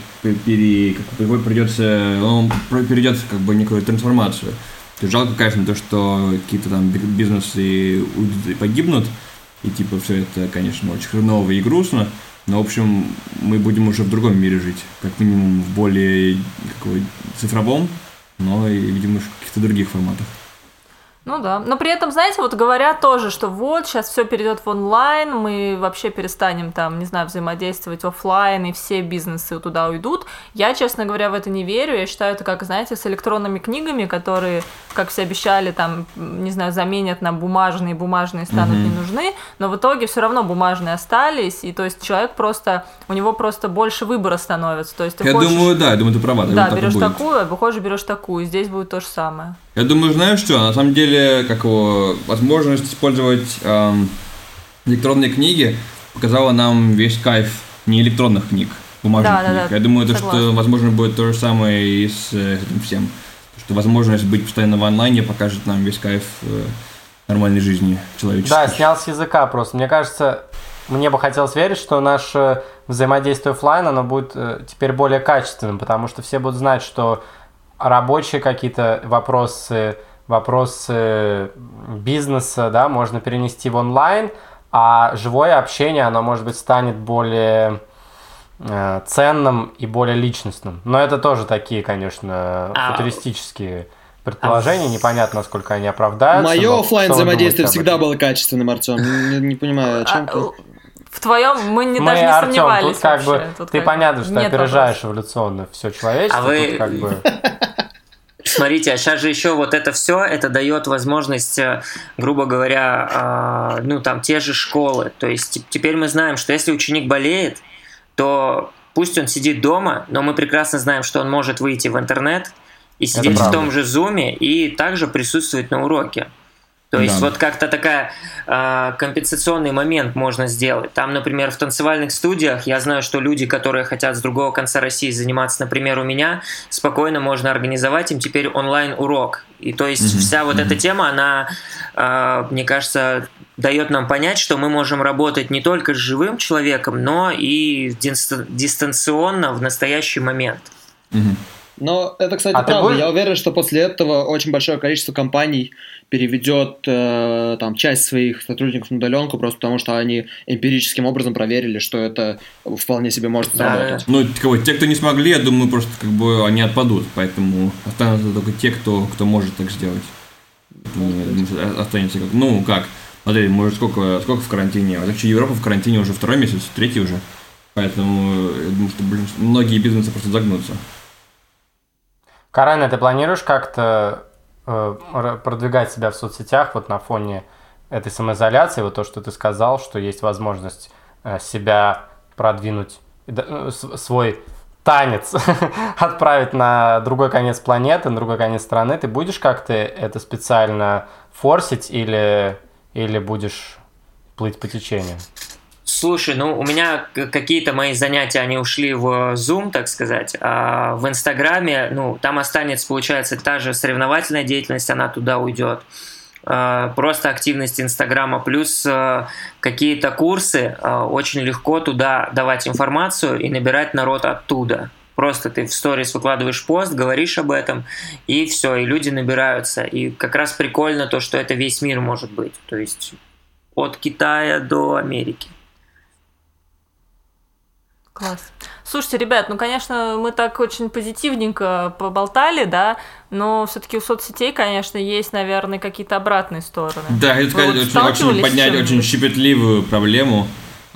перейдет как бы некую трансформацию. То есть жалко, конечно, то, что какие-то там бизнесы уйдут и погибнут, и типа все это, конечно, очень хреново и грустно, но, в общем, мы будем уже в другом мире жить, как минимум в более цифровом, но и, видимо, в каких-то других форматах. Ну да, но при этом, знаете, вот говорят тоже, что вот, сейчас все перейдет в онлайн, мы вообще перестанем там, не знаю, взаимодействовать офлайн, и все бизнесы туда уйдут. Я, честно говоря, в это не верю, я считаю, это как, знаете, с электронными книгами, которые, как все обещали, там, не знаю, заменят на бумажные станут не нужны, но в итоге все равно бумажные остались, и то есть человек просто, у него просто больше выбора становится. То есть ты думаю, ты права. Да, берешь такую, а выходишь, берешь такую, здесь будет то же самое. Я думаю, знаешь что, на самом деле, возможность использовать электронные книги показала нам весь кайф не электронных книг, бумажных книг. Да, я думаю, что, возможно, будет то же самое и с этим всем. Что возможность быть постоянно в онлайне покажет нам весь кайф нормальной жизни человеческой. Да, снял с языка просто. Мне кажется, мне бы хотелось верить, что наше взаимодействие офлайн, оно будет теперь более качественным, потому что все будут знать, что рабочие какие-то вопросы бизнеса, да, можно перенести в онлайн, а живое общение, оно, может быть, станет более ценным и более личностным. Но это тоже такие, конечно, футуристические предположения, непонятно, насколько они оправдаются. Мое офлайн взаимодействие всегда было качественным, Артем. Не понимаю, о чем ты. В твоем мы даже не Артём, сомневались. Тут как бы ты понятно, что опережаешь эволюционно все человечество. Тут как бы... Смотрите, а сейчас же еще вот это все, это дает возможность, грубо говоря, те же школы. То есть теперь мы знаем, что если ученик болеет, то пусть он сидит дома, но мы прекрасно знаем, что он может выйти в интернет и сидеть в том же зуме и также присутствовать на уроке. То есть вот как-то такая компенсационный момент можно сделать. Там, например, в танцевальных студиях я знаю, что люди, которые хотят с другого конца России заниматься, например, у меня, спокойно можно организовать им теперь онлайн-урок. И то есть вся вот эта тема, она, мне кажется, дает нам понять, что мы можем работать не только с живым человеком, но и дистанционно в настоящий момент. Но это, кстати, правда. Я уверен, что после этого очень большое количество компаний переведет часть своих сотрудников на удаленку, просто потому что они эмпирическим образом проверили, что это вполне себе может сработать. Ну, те, кто не смогли, я думаю, просто они отпадут, поэтому останутся только те, кто может так сделать. Останется смотри, может, сколько в карантине? А вообще Европа в карантине уже 2-й месяц, 3-й уже. Поэтому я думаю, что многие бизнесы просто загнутся. Карен, ты планируешь как-то продвигать себя в соцсетях вот на фоне этой самоизоляции, вот то, что ты сказал, что есть возможность себя продвинуть, свой танец отправить на другой конец планеты, на другой конец страны, ты будешь как-то это специально форсить или будешь плыть по течению? Слушай, у меня какие-то мои занятия, они ушли в Zoom, так сказать, а в Инстаграме, там останется, получается, та же соревновательная деятельность, она туда уйдет. Просто активность Инстаграма плюс какие-то курсы, очень легко туда давать информацию и набирать народ оттуда. Просто ты в сторис выкладываешь пост, говоришь об этом, и все, и люди набираются. И как раз прикольно то, что это весь мир может быть, то есть от Китая до Америки. Класс. Слушайте, ребят, ну, конечно, мы так очень позитивненько поболтали, да, но все-таки у соцсетей, конечно, есть, наверное, какие-то обратные стороны. Да, я хотел сказать, очень поднять очень щепетливую проблему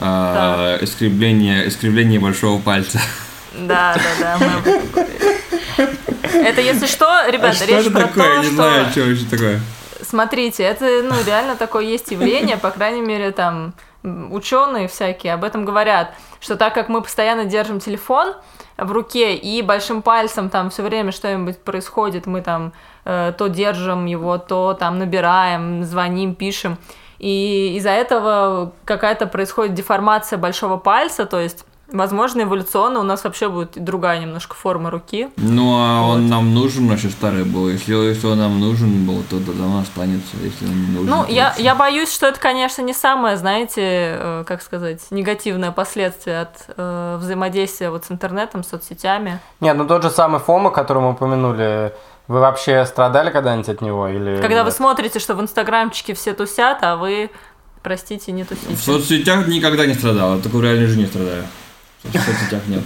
искривления большого пальца. Да, мы об этом говорили. Это, если что, ребята, речь про то, что... Я не знаю, что это такое. Смотрите, это, реально такое есть явление, по крайней мере, там... Ученые всякие об этом говорят, что так как мы постоянно держим телефон в руке и большим пальцем там все время что-нибудь происходит, мы там то держим его, то там набираем, звоним, пишем, и из-за этого какая-то происходит деформация большого пальца, то есть, возможно, эволюционно у нас вообще будет другая немножко форма руки. Ну, а вот. Он нам нужен, вообще старый был. Если он нам нужен был, то давно останется. Если он не нужен, я боюсь, что это, конечно, не самое, знаете, как сказать, негативное последствие от взаимодействия вот с интернетом, с соцсетями. Нет, тот же самый ФОМА, который мы упомянули, вы вообще страдали когда-нибудь от него? Или когда вы смотрите, что в инстаграмчике все тусят, а вы, простите, не тусите. В соцсетях никогда не страдал, я только в реальной жизни страдаю. В соцсетях нет.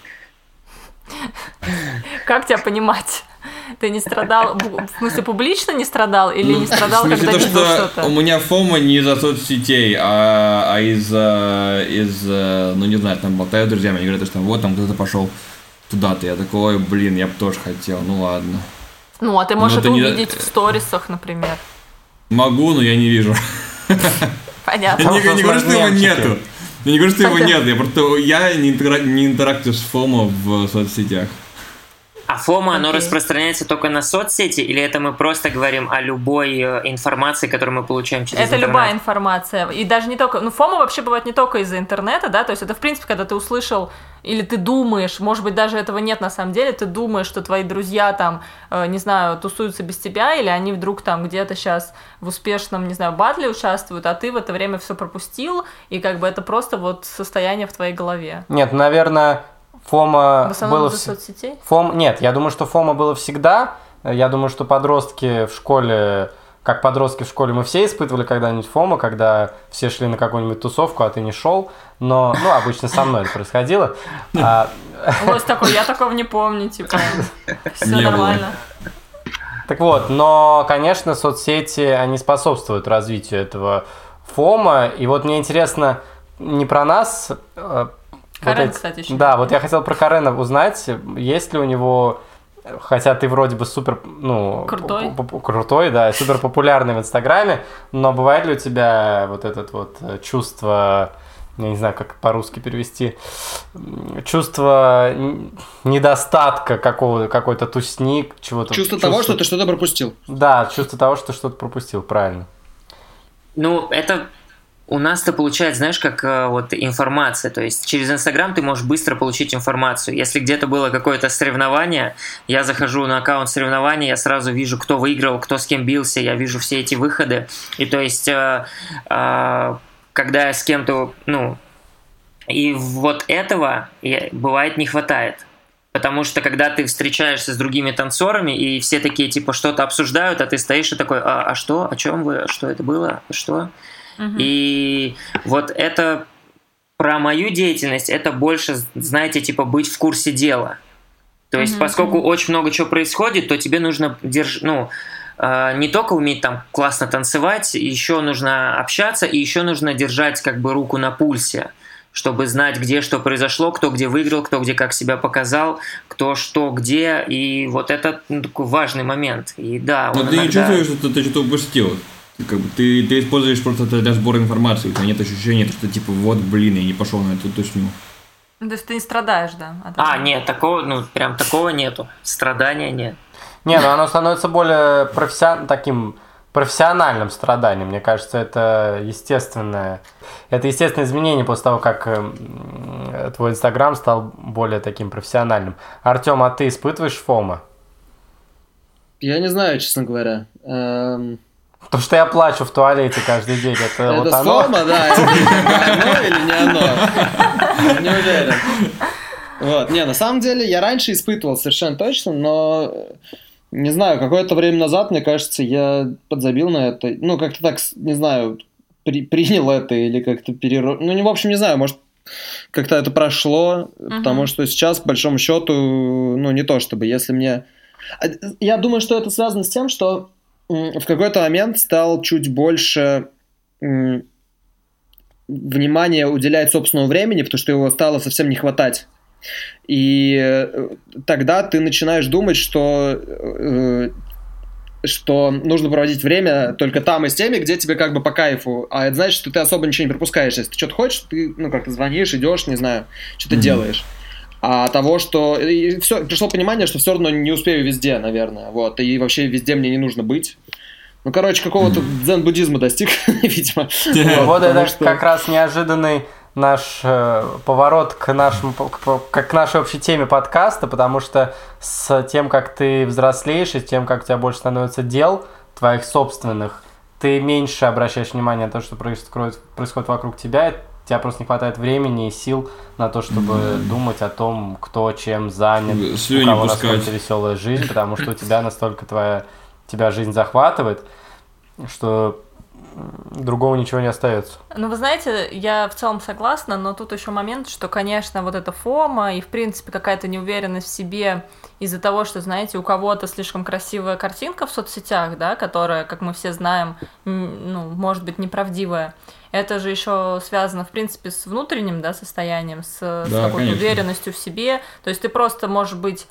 Как тебя понимать? Ты не страдал, в смысле, публично не страдал или не страдал, когда видел что-то? У меня фома не из-за соцсетей, а из-за, не знаю, там болтают с друзьями, они говорят, что вот там кто-то пошел туда-то. Я такой, блин, я бы тоже хотел, ладно. А ты можешь это увидеть в сторисах, например. Могу, но я не вижу. Понятно. Я не говорю, что его нету. Я не говорю, что его нет, я не интерактирую с ФОМО в соцсетях. А ФОМО, оно распространяется только на соцсети, или это мы просто говорим о любой информации, которую мы получаем через интернет? Это любая информация, и даже не только... ФОМО вообще бывает не только из-за интернета, да, то есть это, в принципе, когда ты услышал, или ты думаешь, может быть, даже этого нет на самом деле, ты думаешь, что твои друзья там, не знаю, тусуются без тебя, или они вдруг там где-то сейчас в успешном, не знаю, батле участвуют, а ты в это время все пропустил, и как бы это просто вот состояние в твоей голове. Нет, наверное... ФОМО в основном было... из-за соцсетей? Нет, я думаю, что ФОМО было всегда. Я думаю, что подростки в школе, как подростки в школе, мы все испытывали когда-нибудь ФОМО, когда все шли на какую-нибудь тусовку, а ты не шел. Но, обычно со мной это происходило. Лось такой, я такого не помню, типа, все нормально. Так вот, но, конечно, соцсети, они способствуют развитию этого ФОМО. И вот мне интересно не про нас... Карен, кстати, еще. Да, вот я хотел про Карена узнать, есть ли у него, хотя ты вроде бы супер, крутой, да, супер популярный в Инстаграме, но бывает ли у тебя вот это вот чувство, я не знаю, как по-русски перевести, чувство недостатка какой-то тусни, чего-то. Чувство того, что ты что-то пропустил. Да, чувство того, что ты что-то пропустил, правильно. Это... У нас-то получается, знаешь, как вот информация, то есть через Инстаграм ты можешь быстро получить информацию. Если где-то было какое-то соревнование, я захожу на аккаунт соревнования, я сразу вижу, кто выиграл, кто с кем бился, я вижу все эти выходы. И то есть, когда я с кем-то, и вот этого бывает не хватает. Потому что когда ты встречаешься с другими танцорами, и все такие типа что-то обсуждают, а ты стоишь и такой, а что, о чем вы, что это было, что... И вот это про мою деятельность, это больше, знаете, типа быть в курсе дела. То есть, поскольку очень много чего происходит, то тебе нужно не только уметь там классно танцевать, еще нужно общаться, и еще нужно держать как бы руку на пульсе, чтобы знать, где что произошло, кто где выиграл, кто где как себя показал, кто что где, и вот это такой важный момент. И да, но ты не чувствуешь, что ты что-то упустил? Ты используешь просто это для сбора информации, у тебя нет ощущения, что типа вот, блин, я не пошел на эту тусню. То есть ты не страдаешь, да? Нет, такого, прям такого нету. Страдания нет. Оно становится более таким профессиональным страданием. Мне кажется, это естественное изменение после того, как твой Инстаграм стал более таким профессиональным. Артём, а ты испытываешь ФОМО? Я не знаю, честно говоря. Потому что я плачу в туалете каждый день. Это вот оно? ФОМО, да. Это оно или не оно? Не уверен. Вот. На самом деле, я раньше испытывал совершенно точно, но, не знаю, какое-то время назад, мне кажется, я подзабил на это. Как-то так, не знаю, принял это или как-то в общем, не знаю, может, как-то это прошло, потому что сейчас, по большому счету, ну, не то чтобы, если мне... Я думаю, что это связано с тем, что в какой-то момент стал чуть больше внимания уделять собственному времени, потому что его стало совсем не хватать. И тогда ты начинаешь думать, что нужно проводить время только там и с теми, где тебе как бы по кайфу. А это значит, что ты особо ничего не пропускаешь. Если ты что-то хочешь, ты, ну, как-то звонишь, идешь, не знаю, что-то делаешь. А того, что... И все, пришло понимание, что все равно не успею везде, наверное. Вот. И вообще везде мне не нужно быть. Ну, короче, какого-то дзен-буддизма достиг, видимо. Вот это как раз неожиданный наш поворот к нашей общей теме подкаста, потому что с тем, как ты взрослеешь, и с тем, как у тебя больше становится дел твоих собственных, ты меньше обращаешь внимание на то, что происходит вокруг тебя, и у тебя просто не хватает времени и сил на то, чтобы думать о том, кто чем занят, у кого насколько веселая жизнь, потому что у тебя настолько тебя жизнь захватывает, что другого ничего не остается. Ну, вы знаете, я в целом согласна, но тут еще момент, что, конечно, вот эта фома и, в принципе, какая-то неуверенность в себе из-за того, что, знаете, у кого-то слишком красивая картинка в соцсетях, да, которая, как мы все знаем, ну, может быть неправдивая. Это же еще связано, в принципе, с внутренним, да, состоянием, с какой-то уверенностью в себе. То есть ты просто, может быть,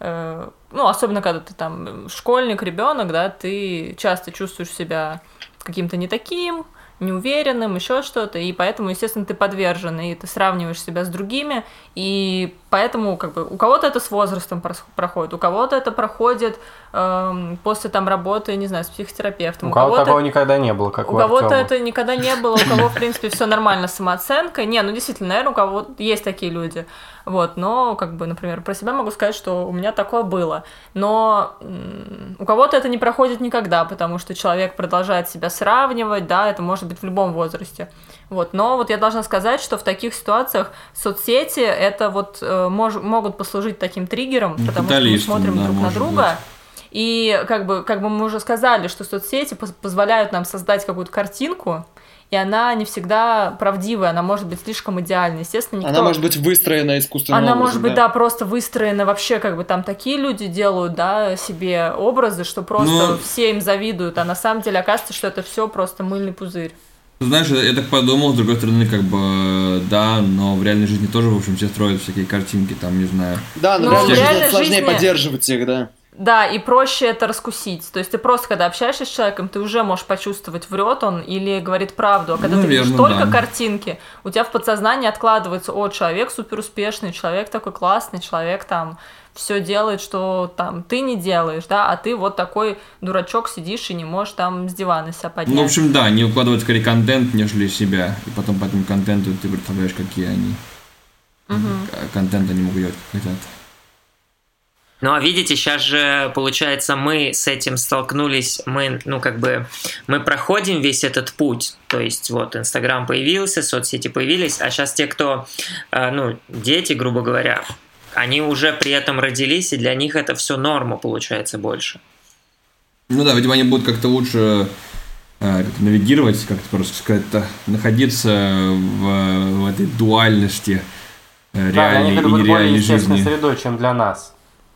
ну, особенно когда ты там школьник, ребенок, да, ты часто чувствуешь себя каким-то не таким, неуверенным, еще что-то, и поэтому, естественно, ты подвержен, и ты сравниваешь себя с другими, и поэтому как бы у кого-то это с возрастом проходит, у кого-то это проходит после там работы, не знаю, с психотерапевтом. У кого-то такого никогда не было, как у кого-то это никогда не было, у кого, в принципе, все нормально с самооценкой. Не, ну действительно, наверное, у кого есть такие люди. Вот, но, как бы, например, про себя могу сказать, что у меня такое было. Но у кого-то это не проходит никогда, потому что человек продолжает себя сравнивать, да, это может быть в любом возрасте. Вот, но вот я должна сказать, что в таких ситуациях соцсети это вот могут послужить таким триггером, потому что мы смотрим друг на друга. Быть. И как бы мы уже сказали, что соцсети позволяют нам создать какую-то картинку, и она не всегда правдивая, она может быть слишком идеальной. Естественно, никто... Она может быть выстроена искусственным образом. Она может быть, да, просто выстроена вообще, как бы там такие люди делают, да, себе образы, что просто все им завидуют, а на самом деле оказывается, что это все просто мыльный пузырь. Знаешь, я так подумал, с другой стороны, как бы, да, но в реальной жизни тоже, в общем, все строят всякие картинки, там, не знаю. Да, но в реальной жизни сложнее поддерживать их, да. Да, и проще это раскусить. То есть ты просто, когда общаешься с человеком, ты уже можешь почувствовать, врет он или говорит правду. А когда ты видишь только картинки, у тебя в подсознании откладывается: о, человек суперуспешный, человек такой классный, человек там все делает, что там ты не делаешь, да, а ты вот такой дурачок сидишь и не можешь там с дивана себя поднять. Ну, в общем, да, не укладывать скорее контент, нежели себя. И потом по этому контенту ты представляешь, какие они. Контент они могут делать, как хотят. Ну, а видите, сейчас же, получается, мы с этим столкнулись, мы проходим весь этот путь, то есть вот Инстаграм появился, соцсети появились, а сейчас те, кто, дети, грубо говоря, они уже при этом родились, и для них это все норма, получается, больше. Ну да, видимо, они будут как-то лучше навигировать, как-то просто сказать-то, находиться в этой дуальности реальной и нереальной жизни. Да, для них это будет более естественной средой, чем для нас.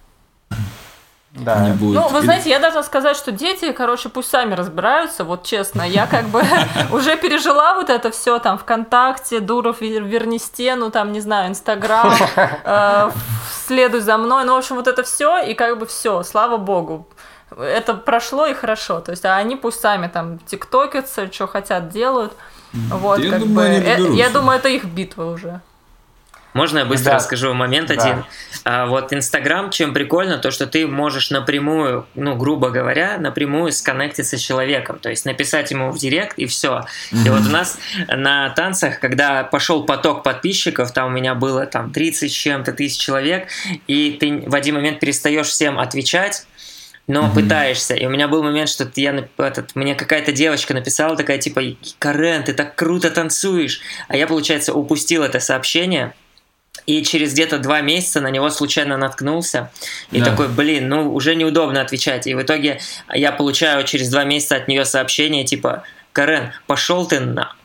Да. Ну, вы знаете, я должна сказать, что дети, пусть сами разбираются, вот честно, я как бы уже пережила вот это все там ВКонтакте, Дуров, верни стену, там, не знаю, Инстаграм, следуй за мной, ну, в общем, вот это все, и как бы все, слава богу, это прошло и хорошо, то есть, а они пусть сами там тиктокятся, что хотят делают, вот, я думаю, это их битва уже. Можно я быстро расскажу момент один? Вот Инстаграм, чем прикольно, то, что ты можешь напрямую, грубо говоря, напрямую сконнектиться с человеком, то есть написать ему в директ и все. И вот у нас на танцах, когда пошел поток подписчиков, там у меня было там 30 с чем-то тысяч человек, и ты в один момент перестаешь всем отвечать, но пытаешься. И у меня был момент, что мне какая-то девочка написала такая, типа: «Карен, ты так круто танцуешь!» А я, получается, упустил это сообщение. И через где-то 2 месяца на него случайно наткнулся. И такой, уже неудобно отвечать. И в итоге я получаю через 2 месяца от нее сообщение типа: «Карен, пошел ты на...»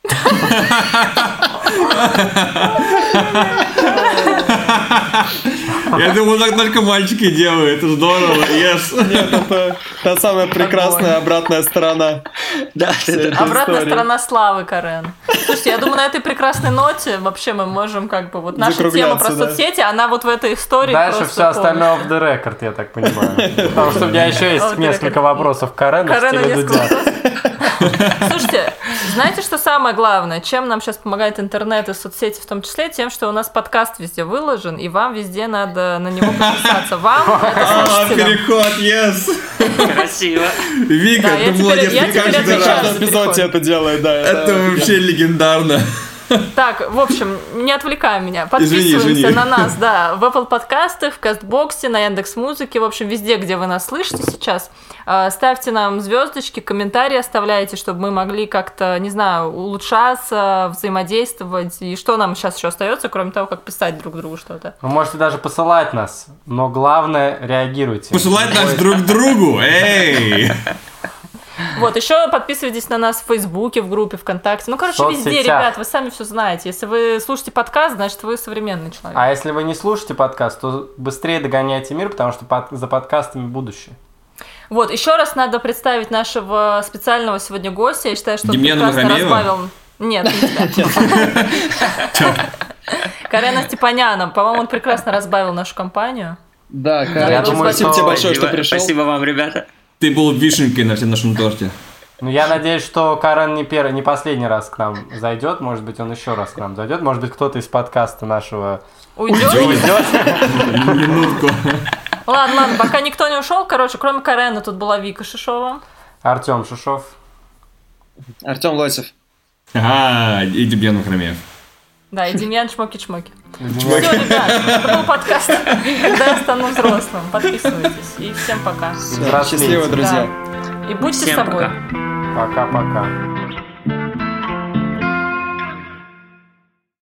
Я думал, так только мальчики делают. Это здорово, yes. Нет, это та самая прекрасная обратная сторона. Да, обратная сторона славы, Карен. Слушайте, я думаю, на этой прекрасной ноте вообще мы можем как бы... Вот наша тема про соцсети, она вот в этой истории дальше все остальное off the record, я так понимаю. Потому что у меня еще есть несколько вопросов к Карену в стиле Дудя. Слушайте, знаете, что самое главное? Чем нам сейчас помогает интернет и соцсети в том числе? Тем, что у нас подкаст везде выложен, и вам везде надо на него подписаться. Вам, это слушателям. Переход, yes. Красиво. Вика, ты молодец, я теперь каждый отвечаю раз. за переход. Это делает, да. Это вообще легендарно. Так, в общем, не отвлекай меня. Подписываемся на нас, да, в Apple подкастах, в Кастбоксе, на Яндекс.Музыке, в общем, везде, где вы нас слышите сейчас. Ставьте нам звездочки, комментарии оставляйте, чтобы мы могли как-то, не знаю, улучшаться, взаимодействовать. И что нам сейчас еще остается, кроме того, как писать друг другу что-то? Вы можете даже посылать нас, но главное, реагируйте. Посылать нас друг другу, эй! Вот, еще подписывайтесь на нас в Фейсбуке, в группе, ВКонтакте. Ну, короче, везде, ребят, вы сами все знаете. Если вы слушаете подкаст, значит, вы современный человек. А если вы не слушаете подкаст, то быстрее догоняйте мир, потому что за подкастами будущее. Вот, еще раз надо представить нашего специального сегодня гостя. Я считаю, что он Демьяна прекрасно Мухамеева? разбавил... Нет, Карена Степаняна. По-моему, он прекрасно разбавил нашу компанию. Да, Карен, спасибо тебе большое, что пришел. Спасибо вам, ребята. Ты был вишенкой на всем нашем торте. Ну, я надеюсь, что Карен не последний раз к нам зайдет. Может быть, он еще раз к нам зайдет. Может быть, кто-то из подкаста нашего уйдет. Минутку. Ладно, пока никто не ушел. Короче, кроме Карена, тут была Вика Шишова. Артем Шишов. Артем Лосев. Ага, и Демьян Мухамеев. Да, и Демьян Чмоки-Чмоки. Все, ребят, это был подкаст «Когда я стану взрослым». Подписывайтесь. И всем пока. Счастливо, друзья. Да. И будьте всем собой. Пока-пока.